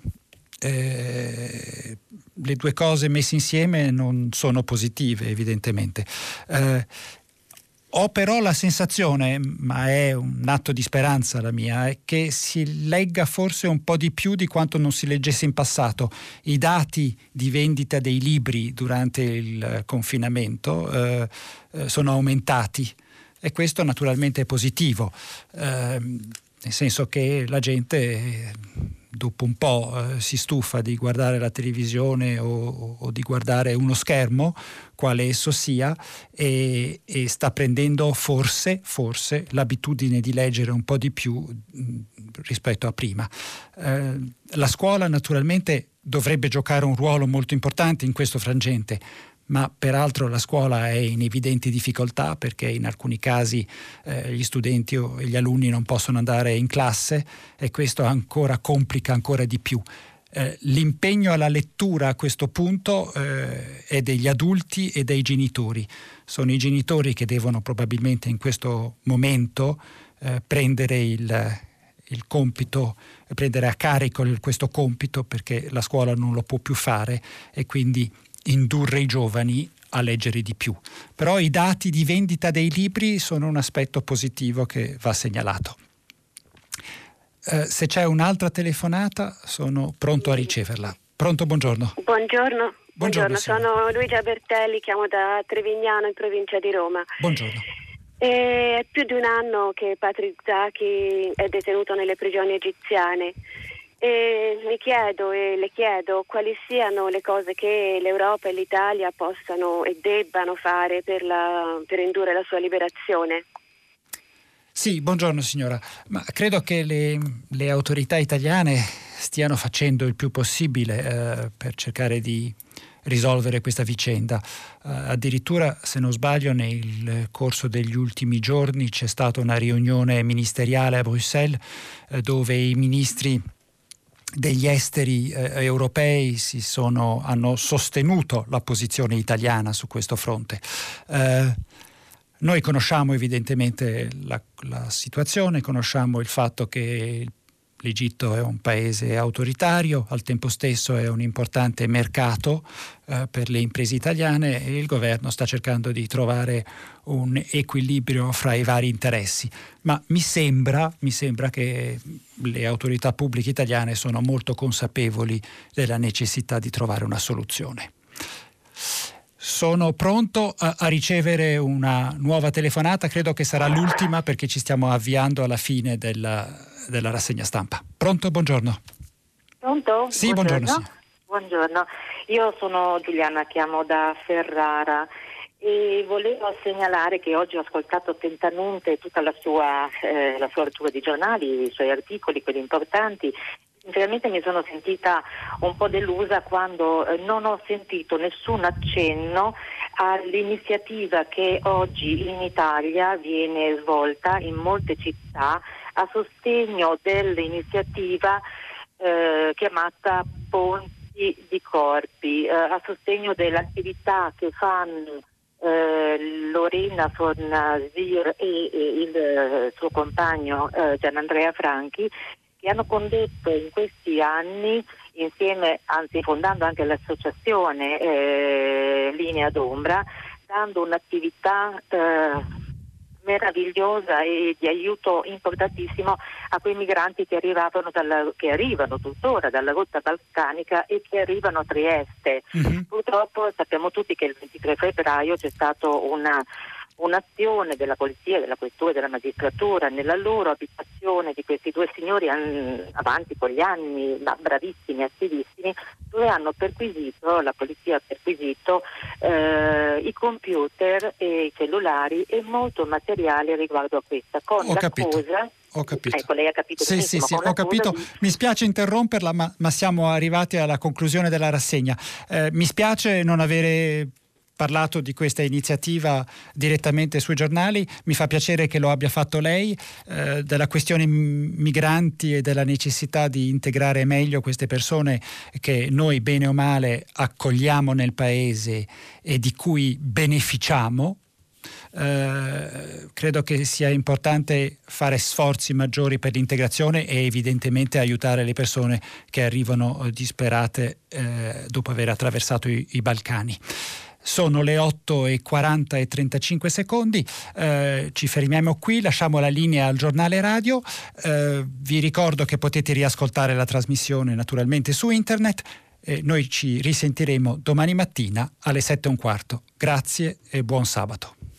S2: Le due cose messe insieme non sono positive, evidentemente. Ho però la sensazione, ma è un atto di speranza la mia, è che si legga forse un po' di più di quanto non si leggesse in passato. I dati di vendita dei libri durante il confinamento sono aumentati e questo naturalmente è positivo, nel senso che la gente dopo un po' si stufa di guardare la televisione o di guardare uno schermo, quale esso sia, e sta prendendo forse l'abitudine di leggere un po' di più rispetto a prima. La scuola naturalmente dovrebbe giocare un ruolo molto importante in questo frangente, ma peraltro la scuola è in evidenti difficoltà perché in alcuni casi gli studenti o gli alunni non possono andare in classe e questo complica ancora di più. L'impegno alla lettura a questo punto è degli adulti e dei genitori. Sono i genitori che devono probabilmente in questo momento prendere il compito, prendere a carico questo compito perché la scuola non lo può più fare e quindi indurre i giovani a leggere di più. Però i dati di vendita dei libri sono un aspetto positivo che va segnalato. Se c'è un'altra telefonata sono pronto a riceverla. Pronto, buongiorno.
S9: Buongiorno, sono Luigia Bertelli, chiamo da Trevignano in provincia di Roma.
S2: Buongiorno.
S9: È più di un anno che Patrick Zaki è detenuto nelle prigioni egiziane. E le chiedo quali siano le cose che l'Europa e l'Italia possano e debbano fare per indurre la sua liberazione.
S2: Sì, buongiorno signora, ma credo che le autorità italiane stiano facendo il più possibile per cercare di risolvere questa vicenda. Addirittura, se non sbaglio, nel corso degli ultimi giorni c'è stata una riunione ministeriale a Bruxelles dove i ministri degli esteri europei hanno sostenuto la posizione italiana su questo fronte. Noi conosciamo evidentemente la situazione, conosciamo il fatto che l'Egitto è un paese autoritario, al tempo stesso è un importante mercato per le imprese italiane e il governo sta cercando di trovare un equilibrio fra i vari interessi. Ma mi sembra che le autorità pubbliche italiane sono molto consapevoli della necessità di trovare una soluzione. Sono pronto a ricevere una nuova telefonata, credo che sarà l'ultima perché ci stiamo avviando alla fine della rassegna stampa. Pronto? Buongiorno.
S10: Pronto?
S2: Sì, buongiorno. Sì.
S10: Buongiorno, io sono Giuliana, chiamo da Ferrara e volevo segnalare che oggi ho ascoltato attentamente tutta la sua lettura di giornali, i suoi articoli, quelli importanti. Sinceramente mi sono sentita un po' delusa quando non ho sentito nessun accenno all'iniziativa che oggi in Italia viene svolta in molte città a sostegno dell'iniziativa chiamata Ponti di Corpi, a sostegno dell'attività che fanno Lorena Fornasir e il suo compagno Gianandrea Franchi, che hanno condotto in questi anni insieme, anzi fondando anche l'associazione Linea d'Ombra, dando un'attività meravigliosa e di aiuto importantissimo a quei migranti che arrivano tuttora dalla rotta balcanica e che arrivano a Trieste. Purtroppo sappiamo tutti che il 23 febbraio c'è stato un'azione della polizia, della questura e della magistratura nella loro abitazione di questi due signori avanti con gli anni, ma bravissimi, attivissimi, dove la polizia ha perquisito i computer e i cellulari e molto materiale riguardo a questa.
S2: Ho capito.
S10: Ecco, lei ha capito benissimo.
S2: Sì, ho capito. Mi spiace interromperla, ma siamo arrivati alla conclusione della rassegna. Mi spiace non avere parlato di questa iniziativa direttamente sui giornali, mi fa piacere che lo abbia fatto lei, della questione migranti e della necessità di integrare meglio queste persone che noi bene o male accogliamo nel paese e di cui beneficiamo. Credo che sia importante fare sforzi maggiori per l'integrazione e evidentemente aiutare le persone che arrivano disperate dopo aver attraversato i Balcani. Sono le 8:40 e 35 secondi, ci fermiamo qui, lasciamo la linea al giornale radio, vi ricordo che potete riascoltare la trasmissione naturalmente su internet e noi ci risentiremo domani mattina alle 7:15. Grazie e buon sabato.